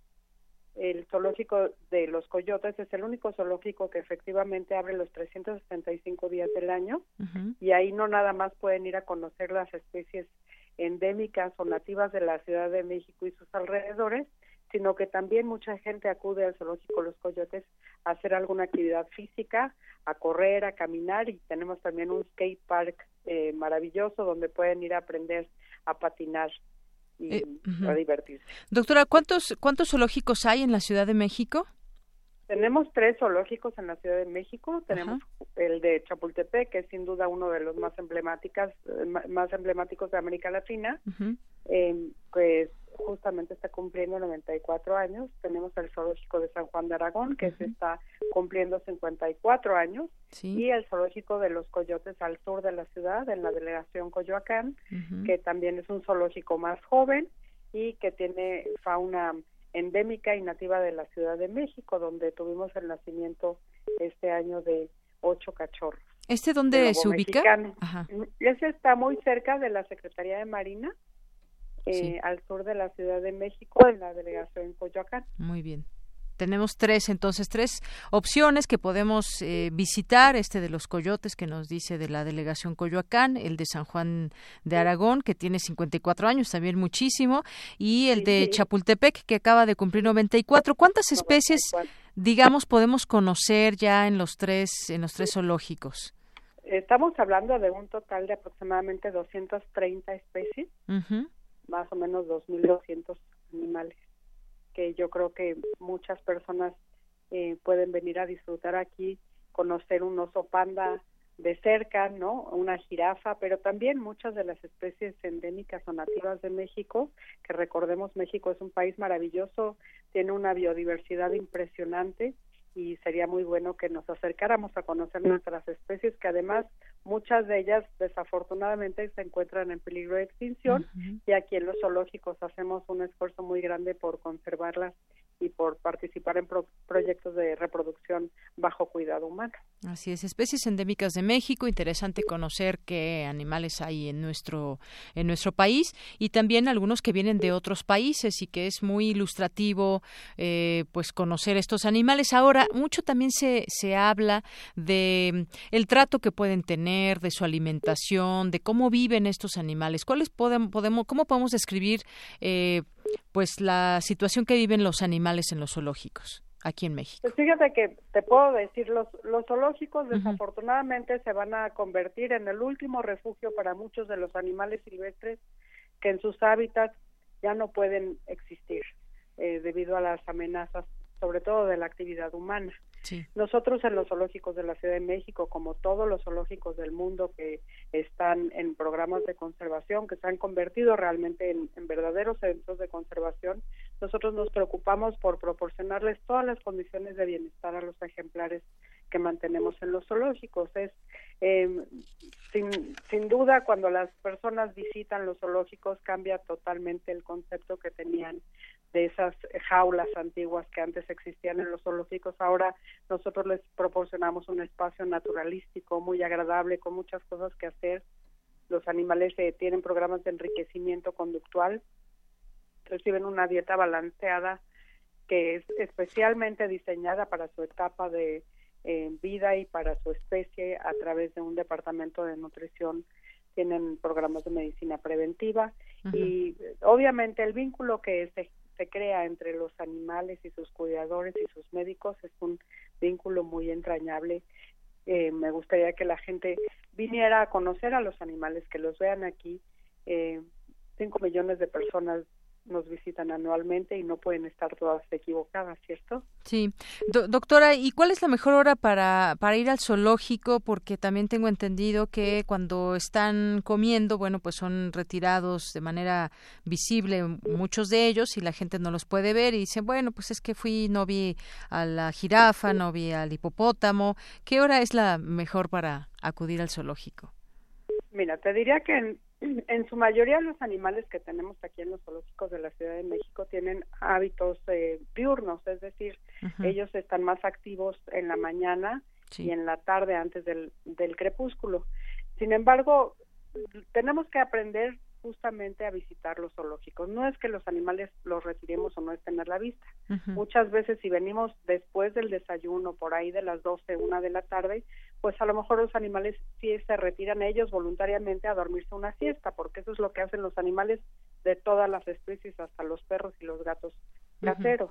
El zoológico de los Coyotes es el único zoológico que efectivamente abre los 365 días del año y ahí no nada más pueden ir a conocer las especies endémicas o nativas de la Ciudad de México y sus alrededores, sino que también mucha gente acude al zoológico Los Coyotes a hacer alguna actividad física, a correr, a caminar, y tenemos también un skate park maravilloso donde pueden ir a aprender a patinar y a divertirse.
Doctora, ¿cuántos zoológicos hay en la Ciudad de México?
Tenemos 3 zoológicos en la Ciudad de México. Tenemos el de Chapultepec, que es sin duda uno de los más emblemáticos de América Latina, pues justamente está cumpliendo 94 años. Tenemos el zoológico de San Juan de Aragón, que se está cumpliendo 54 años, y el zoológico de los Coyotes al sur de la ciudad, en la delegación Coyoacán, que también es un zoológico más joven y que tiene fauna endémica y nativa de la Ciudad de México, donde tuvimos el nacimiento este año de 8 cachorros.
¿Este dónde se ubica?
Ese está muy cerca de la Secretaría de Marina, al sur de la Ciudad de México, en la delegación Coyoacán.
Muy bien. Tenemos 3 opciones que podemos visitar, este de los Coyotes que nos dice de la delegación Coyoacán, el de San Juan de Aragón que tiene 54 años, también muchísimo, y el de Chapultepec que acaba de cumplir 94. ¿Cuántas especies, digamos, podemos conocer ya en los tres zoológicos?
Estamos hablando de un total de aproximadamente 230 especies, más o menos 2.200 animales, que yo creo que muchas personas pueden venir a disfrutar aquí, conocer un oso panda de cerca, ¿no? Una jirafa, pero también muchas de las especies endémicas o nativas de México, que recordemos, México es un país maravilloso, tiene una biodiversidad impresionante, y sería muy bueno que nos acercáramos a conocer nuestras especies, que además muchas de ellas desafortunadamente se encuentran en peligro de extinción, y aquí en los zoológicos hacemos un esfuerzo muy grande por conservarlas y por participar en proyectos de reproducción bajo cuidado humano.
Así es, especies endémicas de México, interesante conocer qué animales hay en nuestro país, y también algunos que vienen de otros países, y que es muy ilustrativo pues conocer estos animales. Ahora, mucho también se habla de el trato que pueden tener, de su alimentación, de cómo viven estos animales. ¿Cómo podemos describir pues la situación que viven los animales en los zoológicos aquí en México?
Pues fíjate que te puedo decir, los zoológicos desafortunadamente se van a convertir en el último refugio para muchos de los animales silvestres que en sus hábitats ya no pueden existir debido a las amenazas, sobre todo de la actividad humana. Nosotros en los zoológicos de la Ciudad de México, como todos los zoológicos del mundo que están en programas de conservación, que se han convertido realmente en verdaderos centros de conservación, nosotros nos preocupamos por proporcionarles todas las condiciones de bienestar a los ejemplares que mantenemos en los zoológicos. Es sin duda, cuando las personas visitan los zoológicos, cambia totalmente el concepto que tenían de esas jaulas antiguas que antes existían en los zoológicos. Ahora nosotros les proporcionamos un espacio naturalístico muy agradable, con muchas cosas que hacer. Los animales tienen programas de enriquecimiento conductual, reciben una dieta balanceada que es especialmente diseñada para su etapa de vida y para su especie a través de un departamento de nutrición. Tienen programas de medicina preventiva y obviamente el vínculo que se crea entre los animales y sus cuidadores y sus médicos es un vínculo muy entrañable. Me gustaría que la gente viniera a conocer a los animales, que los vean aquí. 5 millones de personas nos visitan anualmente y no pueden estar todas equivocadas, ¿cierto?
Sí. Doctora, ¿y cuál es la mejor hora para ir al zoológico? Porque también tengo entendido que cuando están comiendo, bueno, pues son retirados de manera visible muchos de ellos y la gente no los puede ver y dicen, bueno, pues es que no vi a la jirafa, no vi al hipopótamo. ¿Qué hora es la mejor para acudir al zoológico?
Mira, te diría que en su mayoría los animales que tenemos aquí en los zoológicos de la Ciudad de México tienen hábitos diurnos, es decir, ellos están más activos en la mañana y en la tarde antes del crepúsculo. Sin embargo, tenemos que aprender justamente a visitar los zoológicos. No es que los animales los retiremos o no estén a la vista. Muchas veces si venimos después del desayuno, por ahí de las 12, 1 de la tarde, pues a lo mejor los animales sí se retiran ellos voluntariamente a dormirse una siesta, porque eso es lo que hacen los animales de todas las especies, hasta los perros y los gatos caseros.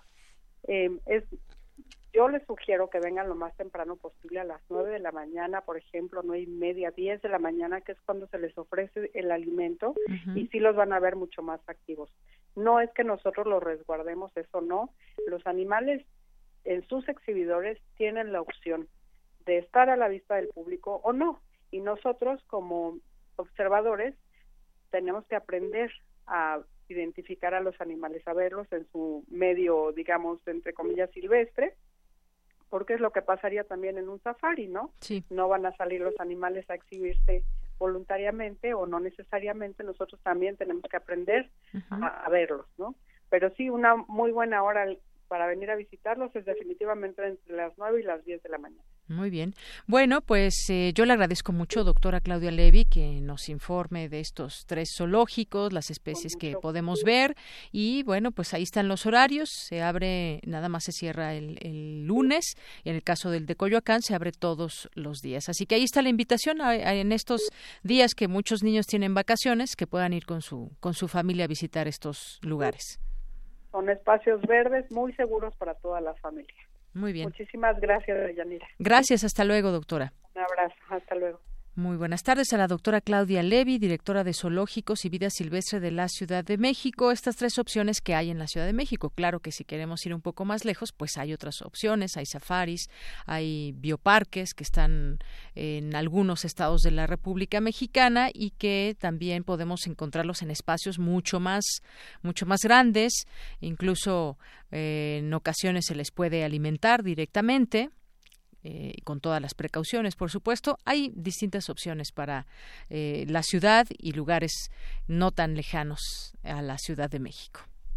Yo les sugiero que vengan lo más temprano posible, a las 9 de la mañana, por ejemplo, 9:30, 10 de la mañana, que es cuando se les ofrece el alimento, y sí los van a ver mucho más activos. No es que nosotros los resguardemos, eso no. Los animales en sus exhibidores tienen la opción de estar a la vista del público o no, y nosotros como observadores tenemos que aprender a identificar a los animales, a verlos en su medio, digamos, entre comillas, silvestre, porque es lo que pasaría también en un safari, ¿no?
Sí.
No van a salir los animales a exhibirse voluntariamente o no necesariamente, nosotros también tenemos que aprender a verlos, ¿no? Pero sí, una muy buena hora para venir a visitarlos es definitivamente entre las 9 y las 10 de la mañana.
Muy bien. Bueno, pues yo le agradezco mucho, doctora Claudia Levy, que nos informe de estos 3 zoológicos, las especies que podemos ver y bueno, pues ahí están los horarios. Se abre, nada más se cierra el lunes y en el caso del de Coyoacán se abre todos los días. Así que ahí está la invitación en estos días que muchos niños tienen vacaciones, que puedan ir con su familia a visitar estos lugares.
Son espacios verdes muy seguros para toda la familia.
Muy bien.
Muchísimas gracias, Deyanira.
Gracias, hasta luego, doctora.
Un abrazo, hasta luego.
Muy buenas tardes a la doctora Claudia Levy, directora de Zoológicos y Vida Silvestre de la Ciudad de México. Estas 3 opciones que hay en la Ciudad de México. Claro que si queremos ir un poco más lejos, pues hay otras opciones, hay safaris, hay bioparques que están en algunos estados de la República Mexicana y que también podemos encontrarlos en espacios mucho más grandes, incluso en ocasiones se les puede alimentar directamente. Con todas las precauciones, por supuesto. Hay distintas opciones para la ciudad y lugares no tan lejanos a la Ciudad de México.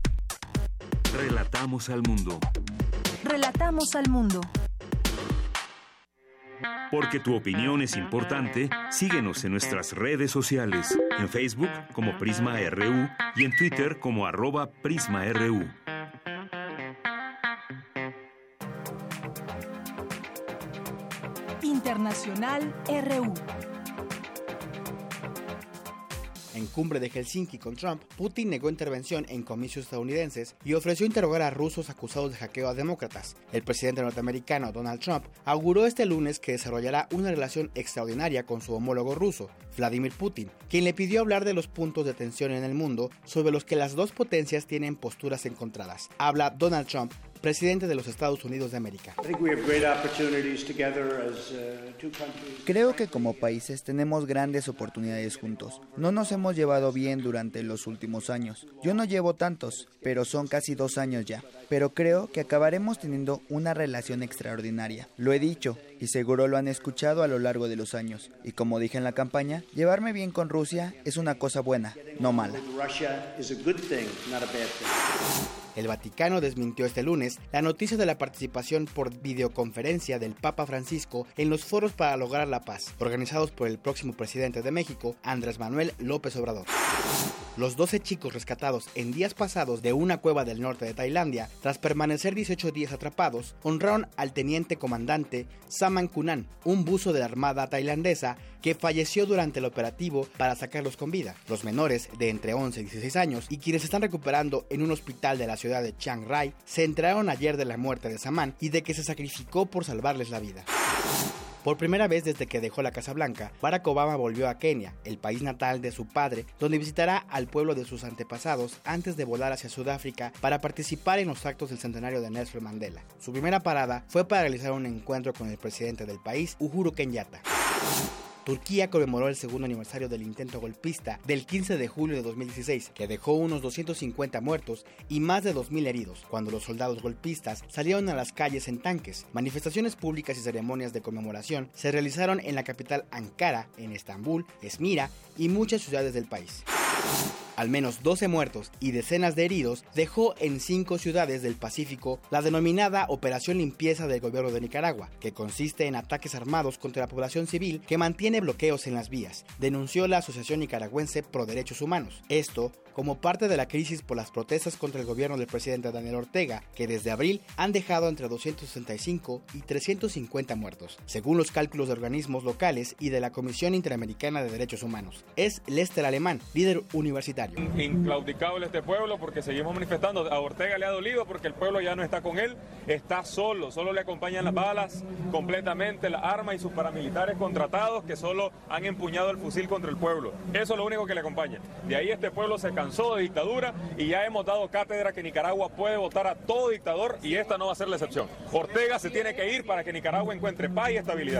Relatamos al mundo.
Relatamos al mundo.
Porque tu opinión es importante, síguenos en nuestras redes sociales, en Facebook como Prisma RU y en Twitter como @PrismaRU.
Internacional RU.
En cumbre de Helsinki con Trump, Putin negó intervención en comicios estadounidenses y ofreció interrogar a rusos acusados de hackeo a demócratas. El presidente norteamericano Donald Trump auguró este lunes que desarrollará una relación extraordinaria con su homólogo ruso, Vladimir Putin, quien le pidió hablar de los puntos de tensión en el mundo sobre los que las dos potencias tienen posturas encontradas. Habla Donald Trump, presidente de los Estados Unidos de América. Creo que como países tenemos grandes oportunidades juntos. No nos hemos llevado bien durante los últimos años. Yo no llevo tantos, pero son casi 2 años ya. Pero creo que acabaremos teniendo una relación extraordinaria. Lo he dicho, y seguro lo han escuchado a lo largo de los años. Y como dije en la campaña, llevarme bien con Rusia es una cosa buena, no mala. El Vaticano desmintió este lunes la noticia de la participación por videoconferencia del Papa Francisco en los foros para lograr la paz, organizados por el próximo presidente de México, Andrés Manuel López Obrador. Los 12 chicos rescatados en días pasados de una cueva del norte de Tailandia, tras permanecer 18 días atrapados, honraron al teniente comandante Saman Kunan, un buzo de la Armada tailandesa que falleció durante el operativo para sacarlos con vida. Los menores, de entre 11 y 16 años, y quienes se están recuperando en un hospital de la ciudad de Chiang Rai, se enteraron ayer de la muerte de Saman y de que se sacrificó por salvarles la vida.
Por primera vez desde que dejó la Casa Blanca, Barack Obama volvió a Kenia, el país natal de su padre, donde visitará al pueblo de sus antepasados antes de volar hacia Sudáfrica para participar en los actos del centenario de Nelson Mandela. Su primera parada fue para realizar un encuentro con el presidente del país, Uhuru Kenyatta. Turquía conmemoró el segundo aniversario del intento golpista del 15 de julio de 2016, que dejó unos 250 muertos y más de 2.000 heridos, cuando los soldados golpistas salieron a las calles en tanques. Manifestaciones públicas y ceremonias de conmemoración se realizaron en la capital Ankara, en Estambul, Esmira y muchas ciudades del país. Al menos 12 muertos y decenas de heridos dejó en 5 ciudades del Pacífico la denominada Operación Limpieza del gobierno de Nicaragua, que consiste en ataques armados contra la población civil que mantiene bloqueos en las vías, denunció la Asociación Nicaragüense Pro Derechos Humanos. Esto como parte de la crisis por las protestas contra el gobierno del presidente Daniel Ortega, que desde abril han dejado entre 265 y 350 muertos, según los cálculos de organismos locales y de la Comisión Interamericana de Derechos Humanos. Es Lester Alemán, líder universitario.
Inclaudicable este pueblo porque seguimos manifestando. A Ortega le ha dolido porque el pueblo ya no está con él, está solo le acompañan las balas completamente, las armas y sus paramilitares contratados que solo han empuñado el fusil contra el pueblo. Eso es lo único que le acompaña. De ahí este pueblo se cansó de dictadura y ya hemos dado cátedra que Nicaragua puede votar a todo dictador y esta no va a ser la excepción. Ortega se tiene que ir para que Nicaragua encuentre paz y estabilidad.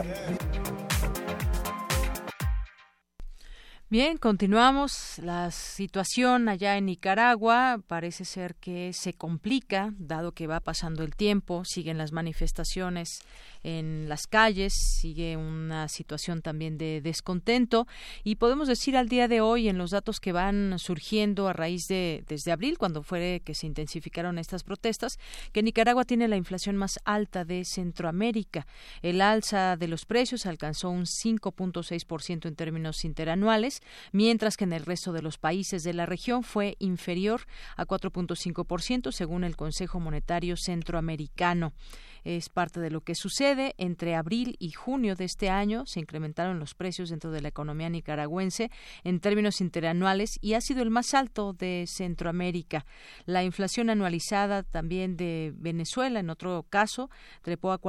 Bien, continuamos. La situación allá en Nicaragua parece ser que se complica, dado que va pasando el tiempo, siguen las manifestaciones en las calles, sigue una situación también de descontento y podemos decir al día de hoy, en los datos que van surgiendo a raíz de desde abril, cuando fue que se intensificaron estas protestas, que Nicaragua tiene la inflación más alta de Centroamérica. El alza de los precios alcanzó un 5.6% en términos interanuales, mientras que en el resto de los países de la región fue inferior a 4.5%, según el Consejo Monetario Centroamericano. Es parte de lo que sucede. Entre abril y junio de este año se incrementaron los precios dentro de la economía nicaragüense en términos interanuales y ha sido el más alto de Centroamérica. La inflación anualizada también de Venezuela, en otro caso, trepó a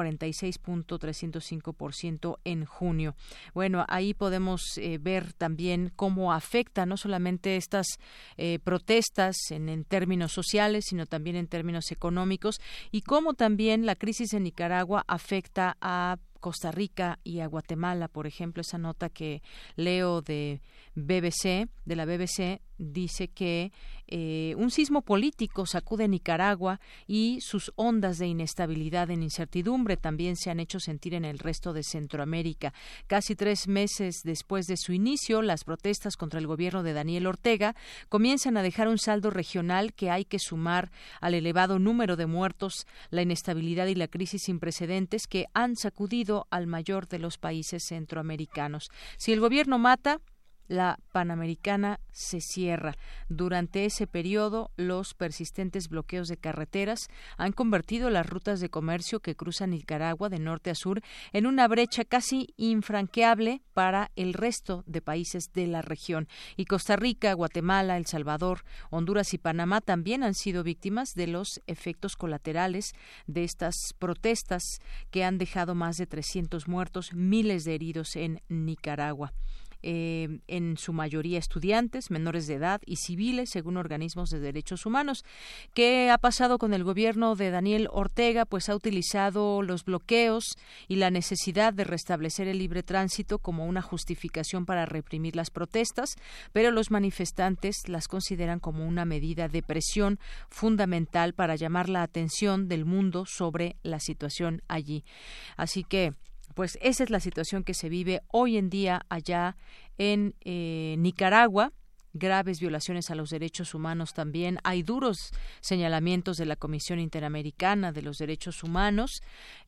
46.305% en junio. Bueno, ahí podemos ver también cómo afecta no solamente estas protestas en términos sociales, sino también en términos económicos y cómo también la crisis en Nicaragua afecta a Costa Rica y a Guatemala. Por ejemplo, esa nota que leo de la BBC, dice que un sismo político sacude Nicaragua y sus ondas de inestabilidad en incertidumbre también se han hecho sentir en el resto de Centroamérica. Casi 3 meses después de su inicio, las protestas contra el gobierno de Daniel Ortega comienzan a dejar un saldo regional que hay que sumar al elevado número de muertos, la inestabilidad y la crisis sin precedentes que han sacudido al mayor de los países centroamericanos. Si el gobierno mata, la Panamericana se cierra. Durante ese periodo, los persistentes bloqueos de carreteras han convertido las rutas de comercio que cruzan Nicaragua de norte a sur en una brecha casi infranqueable para el resto de países de la región. Y Costa Rica, Guatemala, El Salvador, Honduras y Panamá también han sido víctimas de los efectos colaterales de estas protestas que han dejado más de 300 muertos, miles de heridos en Nicaragua. En su mayoría estudiantes, menores de edad y civiles, según organismos de derechos humanos. ¿Qué ha pasado con el gobierno de Daniel Ortega? Pues ha utilizado los bloqueos y la necesidad de restablecer el libre tránsito como una justificación para reprimir las protestas, pero los manifestantes las consideran como una medida de presión fundamental para llamar la atención del mundo sobre la situación allí. Así que pues esa es la situación que se vive hoy en día allá en Nicaragua. Graves violaciones a los derechos humanos también. Hay duros señalamientos de la Comisión Interamericana de los Derechos Humanos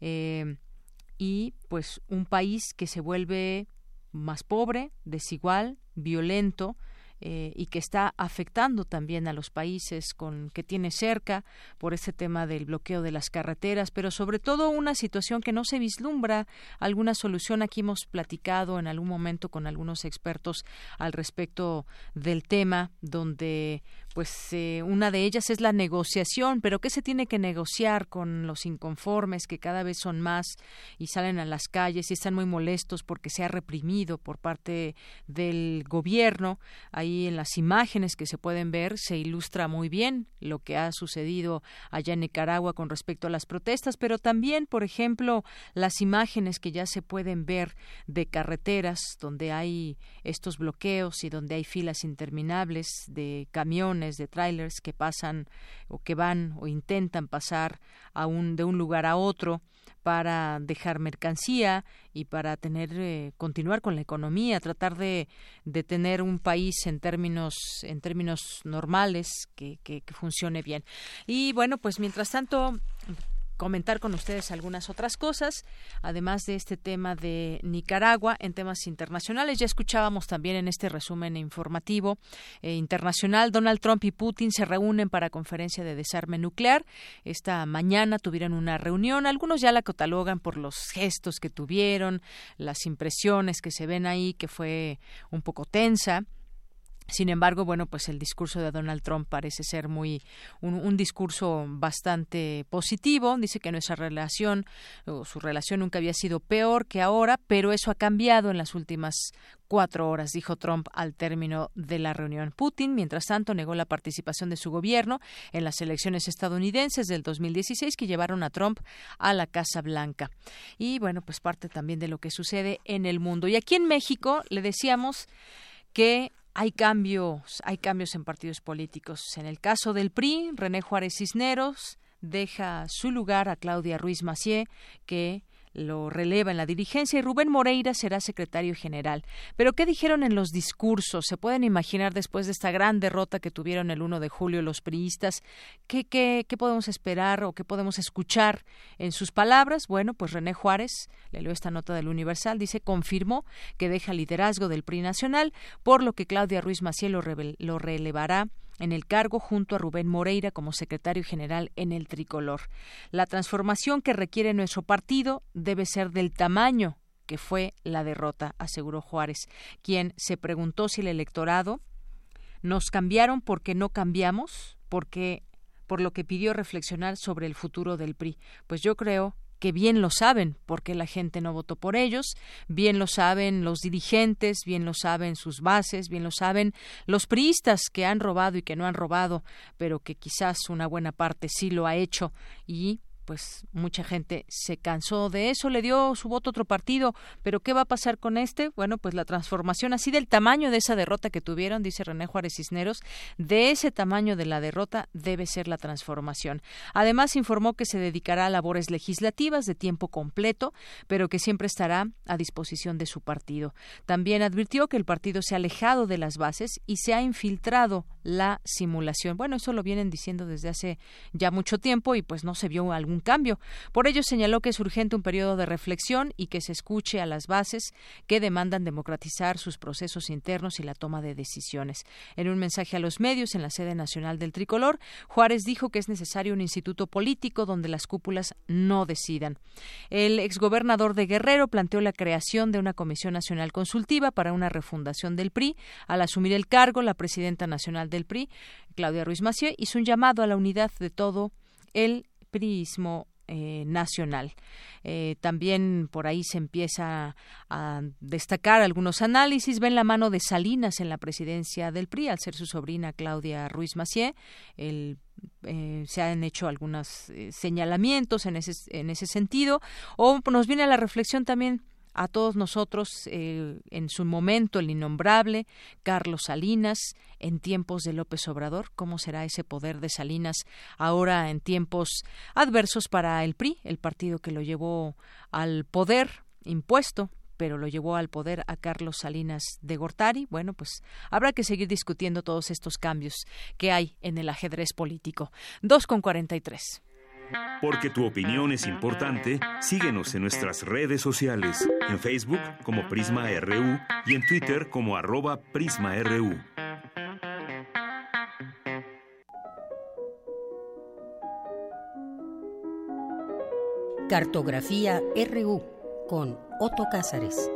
y pues un país que se vuelve más pobre, desigual, violento, y que está afectando también a los países que tiene cerca por este tema del bloqueo de las carreteras, pero sobre todo una situación que no se vislumbra alguna solución. Aquí hemos platicado en algún momento con algunos expertos al respecto del tema, donde pues una de ellas es la negociación, pero ¿qué se tiene que negociar con los inconformes que cada vez son más y salen a las calles y están muy molestos porque se ha reprimido por parte del gobierno? Ahí en las imágenes que se pueden ver se ilustra muy bien lo que ha sucedido allá en Nicaragua con respecto a las protestas, pero también, por ejemplo, las imágenes que ya se pueden ver de carreteras donde hay estos bloqueos y donde hay filas interminables de camiones, de trailers que pasan o que van o intentan pasar de un lugar a otro para dejar mercancía y para continuar con la economía, tratar de tener un país en términos normales que funcione bien. Y bueno, pues mientras tanto, comentar con ustedes algunas otras cosas, además de este tema de Nicaragua. En temas internacionales, ya escuchábamos también en este resumen informativo internacional, Donald Trump y Putin se reúnen para conferencia de desarme nuclear. Esta mañana tuvieron una reunión, algunos ya la catalogan por los gestos que tuvieron, las impresiones que se ven ahí, que fue un poco tensa. Sin embargo, bueno, pues el discurso de Donald Trump parece ser un discurso bastante positivo. Dice que nuestra relación, o su relación nunca había sido peor que ahora, pero eso ha cambiado en las últimas 4 horas, dijo Trump al término de la reunión. Putin, mientras tanto, negó la participación de su gobierno en las elecciones estadounidenses del 2016 que llevaron a Trump a la Casa Blanca. Y bueno, pues parte también de lo que sucede en el mundo. Y aquí en México le decíamos que hay cambios en partidos políticos. En el caso del PRI, René Juárez Cisneros deja su lugar a Claudia Ruiz Massieu, que lo releva en la dirigencia, y Rubén Moreira será secretario general. Pero ¿qué dijeron en los discursos? ¿Se pueden imaginar después de esta gran derrota que tuvieron el 1 de julio los priistas? ¿Qué podemos esperar o qué podemos escuchar en sus palabras? Bueno, pues René Juárez, le leo esta nota del Universal, dice, confirmó que deja el liderazgo del PRI nacional, por lo que Claudia Ruiz Massieu lo relevará en el cargo junto a Rubén Moreira como secretario general en el tricolor. La transformación que requiere nuestro partido debe ser del tamaño que fue la derrota, aseguró Juárez, quien se preguntó si el electorado nos cambiaron porque no cambiamos, por lo que pidió reflexionar sobre el futuro del PRI. Pues yo creo que bien lo saben porque la gente no votó por ellos, bien lo saben los dirigentes, bien lo saben sus bases, bien lo saben los priistas que han robado y que no han robado, pero que quizás una buena parte sí lo ha hecho, y pues mucha gente se cansó de eso, le dio su voto a otro partido, pero ¿qué va a pasar con este? Bueno, pues la transformación, así del tamaño de esa derrota que tuvieron, dice René Juárez Cisneros, de ese tamaño de la derrota debe ser la transformación. Además, informó que se dedicará a labores legislativas de tiempo completo, pero que siempre estará a disposición de su partido. También advirtió que el partido se ha alejado de las bases y se ha infiltrado la simulación. Bueno, eso lo vienen diciendo desde hace ya mucho tiempo y pues no se vio algún cambio. Por ello señaló que es urgente un periodo de reflexión y que se escuche a las bases que demandan democratizar sus procesos internos y la toma de decisiones. En un mensaje a los medios en la sede nacional del Tricolor, Juárez dijo que es necesario un instituto político donde las cúpulas no decidan. El exgobernador de Guerrero planteó la creación de una comisión nacional consultiva para una refundación del PRI. Al asumir el cargo, la presidenta nacional del PRI, Claudia Ruiz Massieu, hizo un llamado a la unidad de todo el priismo nacional. También por ahí se empieza a destacar algunos análisis. Ven la mano de Salinas en la presidencia del PRI al ser su sobrina Claudia Ruiz Massieu. Se han hecho algunos señalamientos en ese sentido. O nos viene a la reflexión también a todos nosotros, en su momento el innombrable Carlos Salinas, en tiempos de López Obrador. ¿Cómo será ese poder de Salinas ahora en tiempos adversos para el PRI, el partido que lo llevó al poder impuesto, pero lo llevó al poder a Carlos Salinas de Gortari? Bueno, pues habrá que seguir discutiendo todos estos cambios que hay en el ajedrez político. 2:43.
Porque tu opinión es importante, síguenos en nuestras redes sociales, en Facebook como Prisma RU y en Twitter como @PrismaRU.
Cartografía RU con Otto Cázares.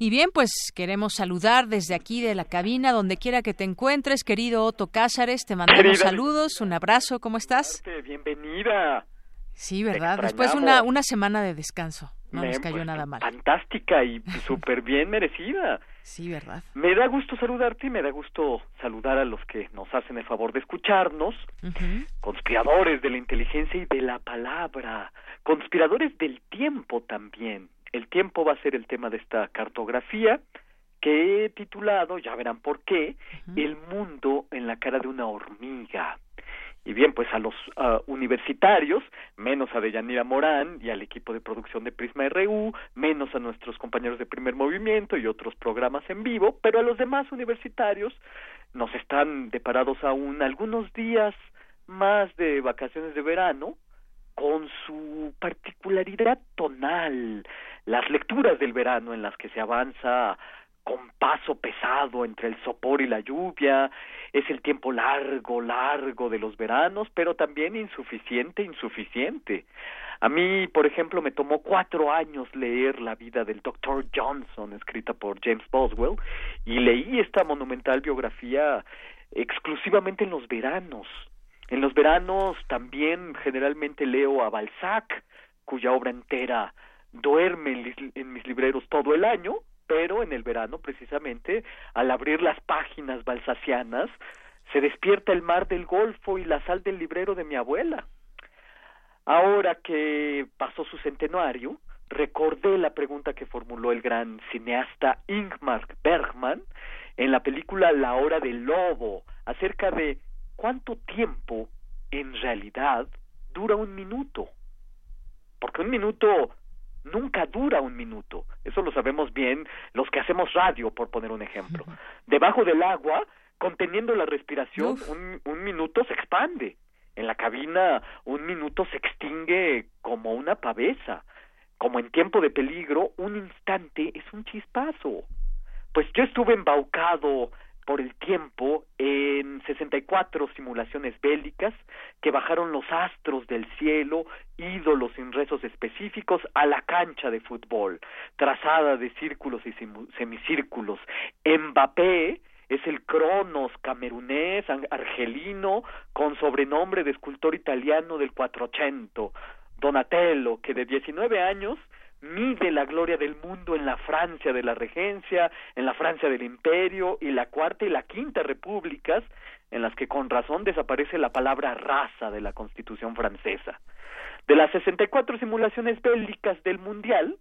Y bien, pues queremos saludar desde aquí de la cabina, donde quiera que te encuentres, querido Otto Cázares, te mandamos saludos, un abrazo, ¿cómo estás?
Bienvenida.
Sí, ¿verdad? Después una semana de descanso, no nos cayó nada mal.
Fantástica y súper bien merecida.
Sí, ¿verdad?
Me da gusto saludarte y me da gusto saludar a los que nos hacen el favor de escucharnos, conspiradores de la inteligencia y de la palabra, conspiradores del tiempo también. El tiempo va a ser el tema de esta cartografía que he titulado, ya verán por qué, El mundo en la cara de una hormiga. Y bien, pues a los universitarios, menos a Deyanira Morán y al equipo de producción de Prisma RU, menos a nuestros compañeros de Primer Movimiento y otros programas en vivo, pero a los demás universitarios nos están deparados aún algunos días más de vacaciones de verano, con su particularidad tonal, las lecturas del verano en las que se avanza con paso pesado entre el sopor y la lluvia, es el tiempo largo de los veranos, pero también insuficiente. A mí, por ejemplo, me tomó 4 años leer la vida del Dr. Johnson, escrita por James Boswell, y leí esta monumental biografía exclusivamente en los veranos. En los veranos también generalmente leo a Balzac, cuya obra entera duerme en mis libreros todo el año, pero en el verano, precisamente, al abrir las páginas balzacianas, se despierta el mar del Golfo y la sal del librero de mi abuela. Ahora que pasó su centenario, recordé la pregunta que formuló el gran cineasta Ingmar Bergman en la película La Hora del Lobo, acerca de ¿cuánto tiempo en realidad dura un minuto? Porque un minuto nunca dura un minuto. Eso lo sabemos bien los que hacemos radio, por poner un ejemplo. Debajo del agua, conteniendo la respiración, un minuto se expande. En la cabina, un minuto se extingue como una pavesa. Como en tiempo de peligro, un instante es un chispazo. Pues yo estuve embaucado por el tiempo en 64 simulaciones bélicas que bajaron los astros del cielo, ídolos sin rezos específicos, a la cancha de fútbol, trazada de círculos y semicírculos. Mbappé es el Cronos camerunés, argelino, con sobrenombre de escultor italiano del 400. Donatello, que de 19 años mide la gloria del mundo en la Francia de la Regencia, en la Francia del Imperio y la Cuarta y la Quinta Repúblicas, en las que con razón desaparece la palabra raza de la Constitución francesa. De las 64 simulaciones bélicas del Mundial,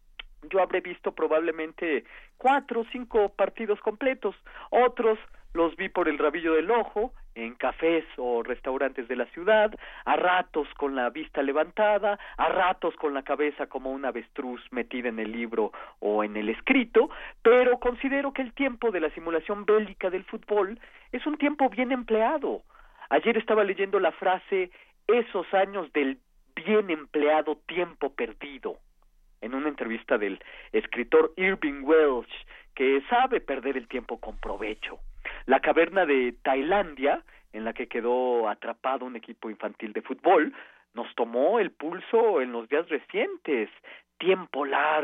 yo habré visto probablemente 4 o 5 partidos completos. Otros los vi por el rabillo del ojo, en cafés o restaurantes de la ciudad, a ratos con la vista levantada, a ratos con la cabeza como un avestruz metida en el libro o en el escrito, pero considero que el tiempo de la simulación bélica del fútbol es un tiempo bien empleado. Ayer estaba leyendo la frase, esos años del bien empleado tiempo perdido, en una entrevista del escritor Irving Welsh, que sabe perder el tiempo con provecho. La caverna de Tailandia, en la que quedó atrapado un equipo infantil de fútbol, nos tomó el pulso en los días recientes. Tiempo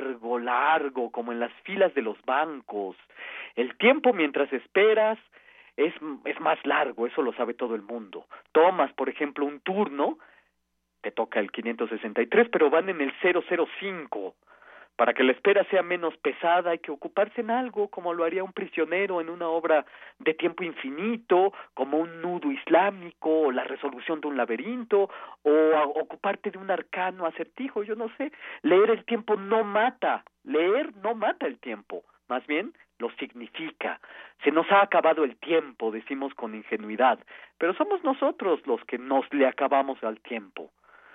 largo, como en las filas de los bancos. El tiempo mientras esperas es más largo, eso lo sabe todo el mundo. Tomas, por ejemplo, un turno, te toca el 563, pero van en el 005. Para que la espera sea menos pesada hay que ocuparse en algo, como lo haría un prisionero en una obra de tiempo infinito, como un nudo islámico, o la resolución de un laberinto, o ocuparte de un arcano acertijo, yo no sé. Leer el tiempo no mata, leer no mata el tiempo, más bien lo significa. Se nos ha acabado el tiempo, decimos con ingenuidad, pero somos nosotros los que nos le acabamos al tiempo.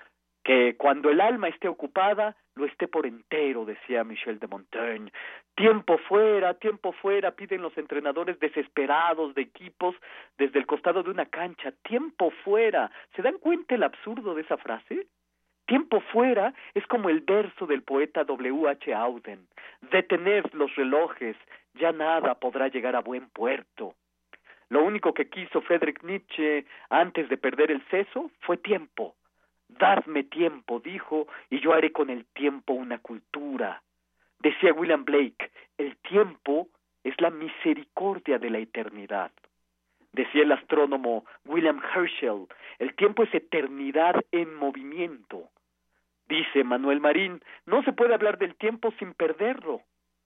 Que cuando el alma esté ocupada, lo esté por entero, decía Michel de Montaigne. Tiempo fuera, piden los entrenadores desesperados de equipos desde el costado de una cancha. Tiempo fuera. ¿Se dan cuenta el absurdo de esa frase? Tiempo fuera es como el verso del poeta W.H. Auden. Detened los relojes, ya nada podrá llegar a buen puerto. Lo único que quiso Friedrich Nietzsche antes de perder el seso fue tiempo. Dadme tiempo, dijo, y yo haré con el tiempo una cultura. Decía William Blake, el tiempo es la misericordia de la eternidad. Decía el astrónomo William Herschel, el tiempo es eternidad en movimiento. Dice Manuel Marín, no se puede hablar del tiempo sin perderlo.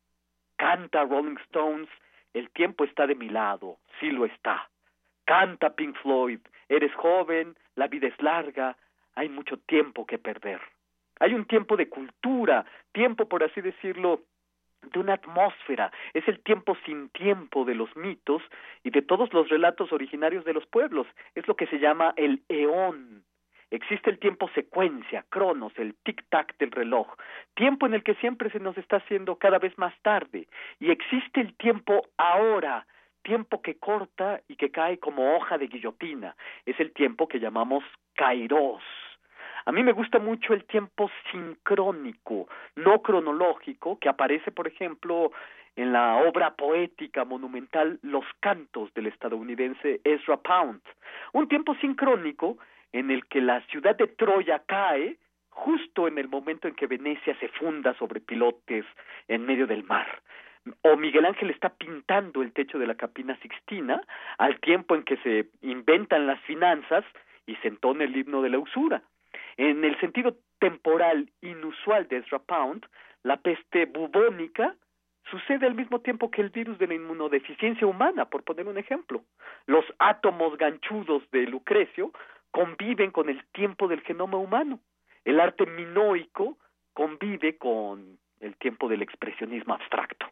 Canta Rolling Stones, el tiempo está de mi lado, sí lo está. Canta Pink Floyd, eres joven, la vida es larga, hay mucho tiempo que perder. Hay un tiempo de cultura, tiempo, por así decirlo, de una atmósfera. Es el tiempo sin tiempo de los mitos y de todos los relatos originarios de los pueblos. Es lo que se llama el eón. Existe el tiempo secuencia, cronos, el tic-tac del reloj, tiempo en el que siempre se nos está haciendo cada vez más tarde. Y existe el tiempo ahora, tiempo que corta y que cae como hoja de guillotina. Es el tiempo que llamamos kairos. A mí me gusta mucho el tiempo sincrónico, no cronológico, que aparece, por ejemplo, en la obra poética monumental Los Cantos del estadounidense Ezra Pound. Un tiempo sincrónico en el que la ciudad de Troya cae justo en el momento en que Venecia se funda sobre pilotes en medio del mar. O Miguel Ángel está pintando el techo de la Capilla Sixtina al tiempo en que se inventan las finanzas y se entona el himno de la usura. En el sentido temporal inusual de Ezra Pound, la peste bubónica sucede al mismo tiempo que el virus de la inmunodeficiencia humana, por poner un ejemplo. Los átomos ganchudos de Lucrecio conviven con el tiempo del genoma humano. El arte minoico convive con el tiempo del expresionismo abstracto.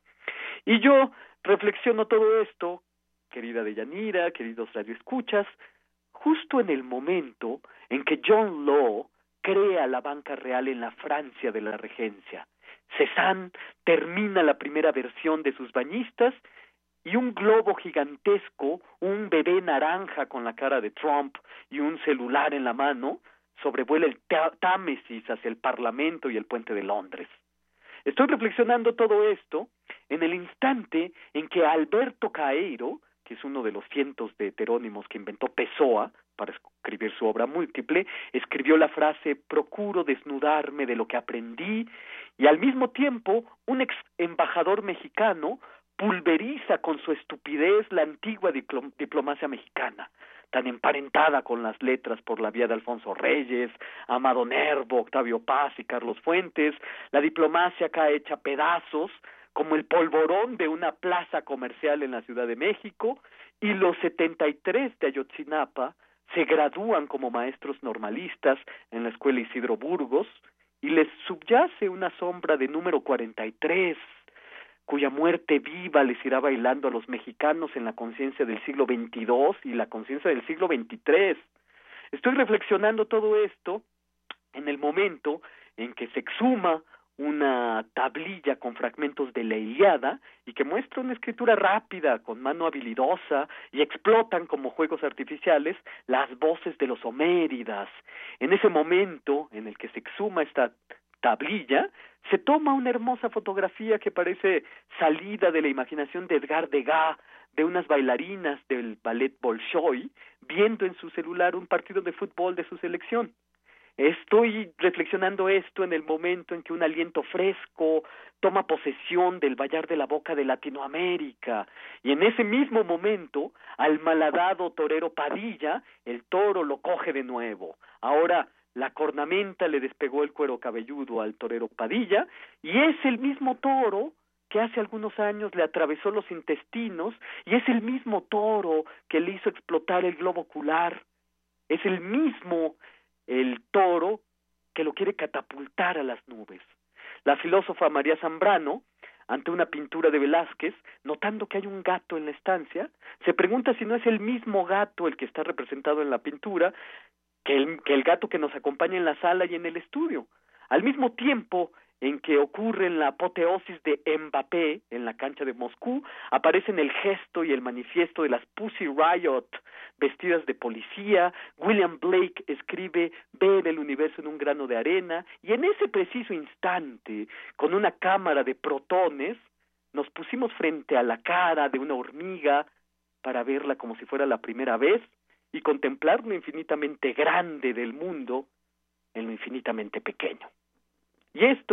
Y yo reflexiono todo esto, querida Deyanira, queridos radioescuchas, justo en el momento en que John Law crea la banca real en la Francia de la Regencia. Cézanne termina la primera versión de sus bañistas y un globo gigantesco, un bebé naranja con la cara de Trump y un celular en la mano, sobrevuela el Támesis hacia el Parlamento y el Puente de Londres. Estoy reflexionando todo esto en el instante en que Alberto Caeiro, que es uno de los cientos de heterónimos que inventó Pessoa para escribir su obra múltiple, escribió la frase «procuro desnudarme de lo que aprendí», y al mismo tiempo un ex embajador mexicano pulveriza con su estupidez la antigua diplomacia mexicana, tan emparentada con las letras por la vía de Alfonso Reyes, Amado Nervo, Octavio Paz y Carlos Fuentes. La diplomacia cae hecha pedazos, como el polvorón de una plaza comercial en la Ciudad de México, y los 73 de Ayotzinapa se gradúan como maestros normalistas en la Escuela Isidro Burgos, y les subyace una sombra de número 43, cuya muerte viva les irá bailando a los mexicanos en la conciencia del siglo XXII y la conciencia del siglo XXIII. Estoy reflexionando todo esto en el momento en que se exhuma una tablilla con fragmentos de la Ilíada y que muestra una escritura rápida, con mano habilidosa, y explotan como juegos artificiales las voces de los homéridas. En ese momento en el que se exhuma esta tablilla, se toma una hermosa fotografía que parece salida de la imaginación de Edgar Degas, de unas bailarinas del ballet Bolshoi, viendo en su celular un partido de fútbol de su selección. Estoy reflexionando esto en el momento en que un aliento fresco toma posesión del vallar de la boca de Latinoamérica, y en ese mismo momento, al malhadado torero Padilla, el toro lo coge de nuevo. Ahora la cornamenta le despegó el cuero cabelludo al torero Padilla, y es el mismo toro que hace algunos años le atravesó los intestinos, y es el mismo toro que le hizo explotar el globo ocular. Es el mismo el toro que lo quiere catapultar a las nubes. La filósofa María Zambrano, ante una pintura de Velázquez, notando que hay un gato en la estancia, se pregunta si no es el mismo gato el que está representado en la pintura que el gato que nos acompaña en la sala y en el estudio. Al mismo tiempo en que ocurre la apoteosis de Mbappé en la cancha de Moscú, aparecen el gesto y el manifiesto de las Pussy Riot vestidas de policía. William Blake escribe «Ver el universo en un grano de arena», y en ese preciso instante, con una cámara de protones, nos pusimos frente a la cara de una hormiga para verla como si fuera la primera vez y contemplar lo infinitamente grande del mundo en lo infinitamente pequeño. Y esto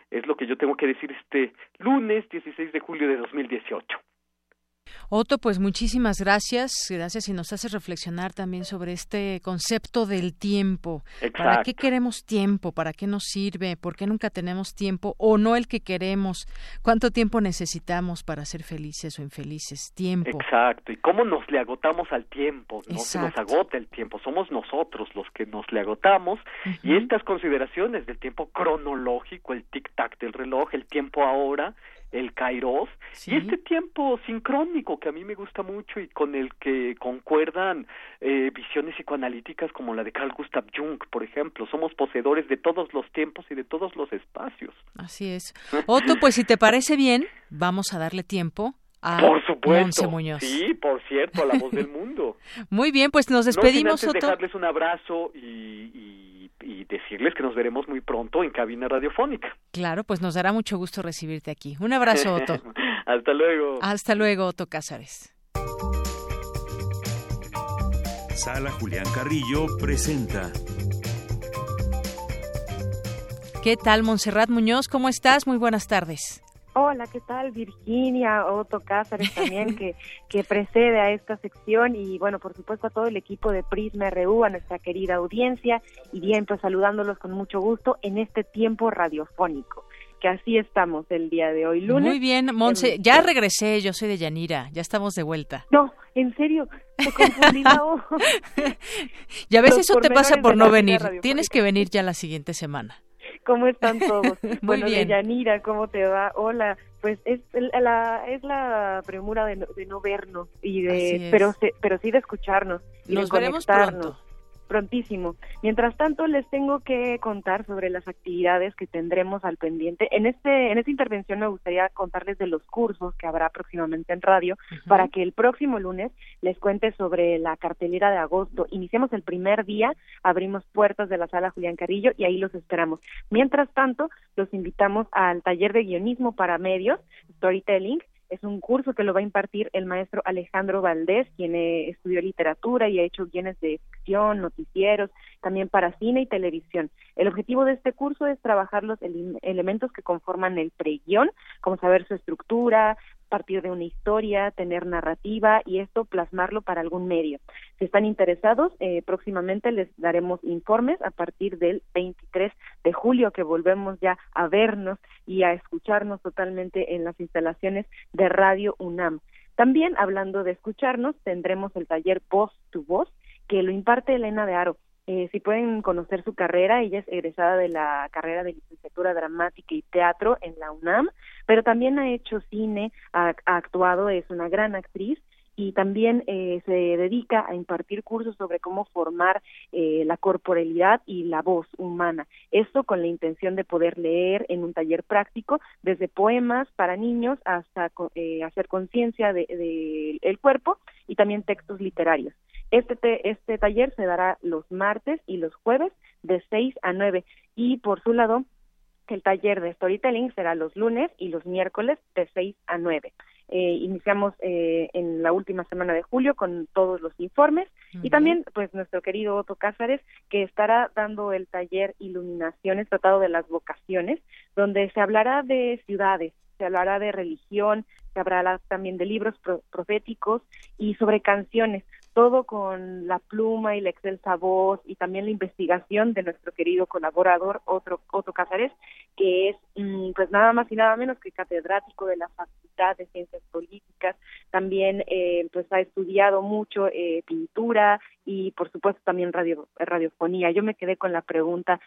Es lo que yo tengo que decir este lunes 16 de julio de 2018.
Otto, pues muchísimas gracias y nos hace reflexionar también sobre este concepto del tiempo.
Exacto.
¿Para qué queremos tiempo? ¿Para qué nos sirve? ¿Por qué nunca tenemos tiempo o no el que queremos? ¿Cuánto tiempo necesitamos para ser felices o infelices? Tiempo.
Exacto, y cómo nos le agotamos al tiempo, no se nos
Exacto.
agota el tiempo, somos nosotros los que nos le agotamos, y estas consideraciones del tiempo cronológico, el tic-tac del reloj, el tiempo ahora, el kairos, y este tiempo sincrónico que a mí me gusta mucho y con el que concuerdan visiones psicoanalíticas como la de Carl Gustav Jung, por ejemplo. Somos poseedores de todos los tiempos y de todos los espacios.
Así es. Otto, pues si te parece bien, vamos a darle tiempo a
Por supuesto.
Monse Muñoz.
Sí, por cierto, a la voz del mundo.
Muy bien, pues nos despedimos,
no sin antes
Otto.
dejarles un abrazo y decirles que nos veremos muy pronto en cabina radiofónica.
Claro, pues nos dará mucho gusto recibirte aquí. Un abrazo, Otto.
Hasta luego.
Hasta luego, Otto Cázares.
Sala Julián Carrillo presenta.
¿Qué tal, Montserrat Muñoz? ¿Cómo estás? Muy buenas tardes.
Hola, ¿qué tal? Virginia, Otto Cázares también, que precede a esta sección, y bueno, por supuesto a todo el equipo de Prisma RU, a nuestra querida audiencia, y bien, pues saludándolos con mucho gusto en este tiempo radiofónico, que así estamos el día de hoy, lunes.
Muy bien, Monse, ya regresé, yo soy de Yanira, ya estamos de vuelta.
No, en serio, me confundí la voz.
Ya ves, eso te pasa por no venir,
radiofónica.
Tienes que venir ya la siguiente semana.
¿Cómo están todos?
Muy
Bueno,
bien.
Yanira, ¿cómo te va? Hola, pues es la premura de no vernos, y
Así es.
pero sí de escucharnos y
Nos
de
veremos
conectarnos.
pronto.
Prontísimo. Mientras tanto, les tengo que contar sobre las actividades que tendremos al pendiente. En esta intervención me gustaría contarles de los cursos que habrá próximamente en radio, para que el próximo lunes les cuente sobre la cartelera de agosto. Iniciamos el primer día, abrimos puertas de la Sala Julián Carrillo y ahí los esperamos. Mientras tanto, los invitamos al taller de guionismo para medios, Storytelling. Es un curso que lo va a impartir el maestro Alejandro Valdés, quien estudió literatura y ha hecho guiones de ficción, noticieros, también para cine y televisión. El objetivo de este curso es trabajar los elementos que conforman el preguión, como saber su estructura, partir de una historia, tener narrativa y esto plasmarlo para algún medio. Si están interesados, próximamente les daremos informes a partir del 23 de julio, que volvemos ya a vernos y a escucharnos totalmente en las instalaciones de Radio UNAM. También, hablando de escucharnos, tendremos el taller Voz to Voz, que lo imparte Elena de Haro. Si pueden conocer su carrera, ella es egresada de la carrera de licenciatura dramática y teatro en la UNAM, pero también ha hecho cine, ha actuado, es una gran actriz, y también se dedica a impartir cursos sobre cómo formar la corporalidad y la voz humana. Esto con la intención de poder leer en un taller práctico, desde poemas para niños hasta hacer conciencia de el cuerpo, y también textos literarios. Este taller se dará los martes y los jueves de 6 a 9, y por su lado, el taller de Storytelling será los lunes y los miércoles de 6 a 9. Iniciamos en la última semana de julio con todos los informes, y también pues nuestro querido Otto Cázares, que estará dando el taller Iluminaciones, Tratado de las Vocaciones, donde se hablará de ciudades, se hablará de religión, se hablará también de libros proféticos y sobre canciones, todo con la pluma y la excelsa voz y también la investigación de nuestro querido colaborador Otto Cázares, que es pues nada más y nada menos que catedrático de la Facultad de Ciencias Políticas. También pues ha estudiado mucho pintura y por supuesto también radiofonía. Yo me quedé con la pregunta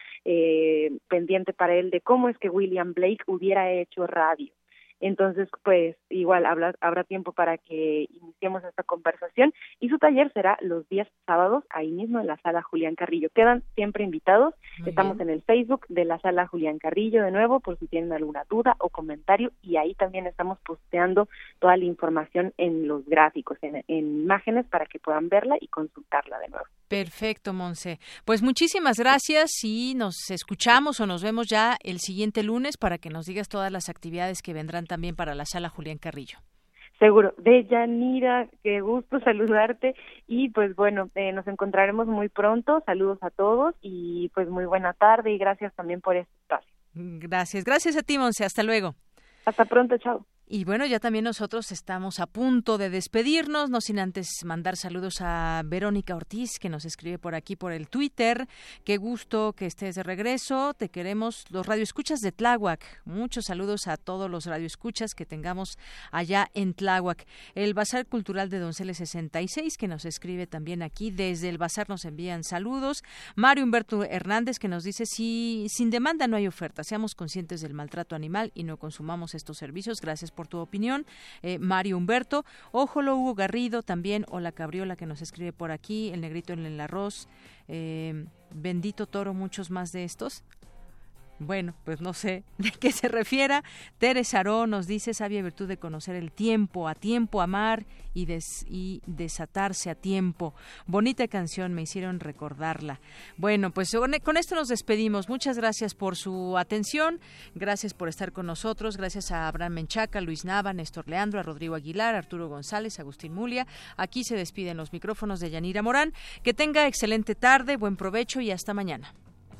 pendiente para él de cómo es que William Blake hubiera hecho radio. Entonces, pues igual habrá tiempo para que iniciemos esta conversación, y su taller será los días sábados ahí mismo en la Sala Julián Carrillo. Quedan siempre invitados. Estamos en el Facebook de la Sala Julián Carrillo de nuevo, por si tienen alguna duda o comentario, y ahí también estamos posteando toda la información en los gráficos, en imágenes, para que puedan verla y consultarla de nuevo.
Perfecto, Monse. Pues muchísimas gracias, y nos escuchamos o nos vemos ya el siguiente lunes para que nos digas todas las actividades que vendrán también para la Sala Julián Carrillo.
Seguro. Deyanira, qué gusto saludarte, y pues bueno, nos encontraremos muy pronto. Saludos a todos y pues muy buena tarde, y gracias también por este espacio.
Gracias a ti, Monse, hasta luego.
Hasta pronto, chao.
Y bueno, ya también nosotros estamos a punto de despedirnos, no sin antes mandar saludos a Verónica Ortiz, que nos escribe por aquí por el Twitter. Qué gusto que estés de regreso, te queremos los radioescuchas de Tláhuac. Muchos saludos a todos los radioescuchas que tengamos allá en Tláhuac. El Bazar Cultural de Donceles 66, que nos escribe también aquí. Desde el Bazar nos envían saludos. Mario Humberto Hernández, que nos dice, si sin demanda no hay oferta, seamos conscientes del maltrato animal y no consumamos estos servicios. Gracias por tu opinión, Mario Humberto. Ójolo, Hugo Garrido también, o la Cabriola, que nos escribe por aquí, el Negrito en el Arroz, Bendito Toro, muchos más de estos. Bueno, pues no sé de qué se refiera. Tere Saró nos dice, sabia virtud de conocer el tiempo, a tiempo amar y desatarse a tiempo. Bonita canción, me hicieron recordarla. Bueno, pues con esto nos despedimos. Muchas gracias por su atención, gracias por estar con nosotros, gracias a Abraham Menchaca, Luis Nava, Néstor Leandro, a Rodrigo Aguilar, Arturo González, Agustín Mulia. Aquí se despiden los micrófonos de Yanira Morán. Que tenga excelente tarde, buen provecho y hasta mañana.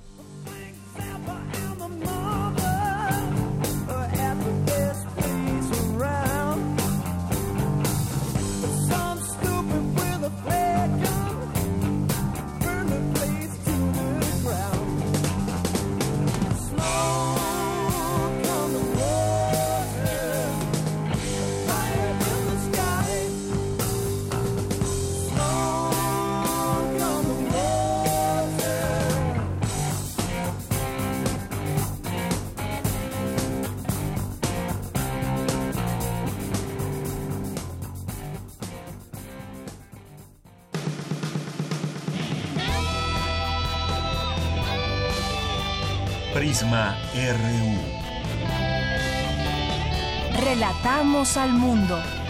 Prisma RU.
Relatamos al mundo.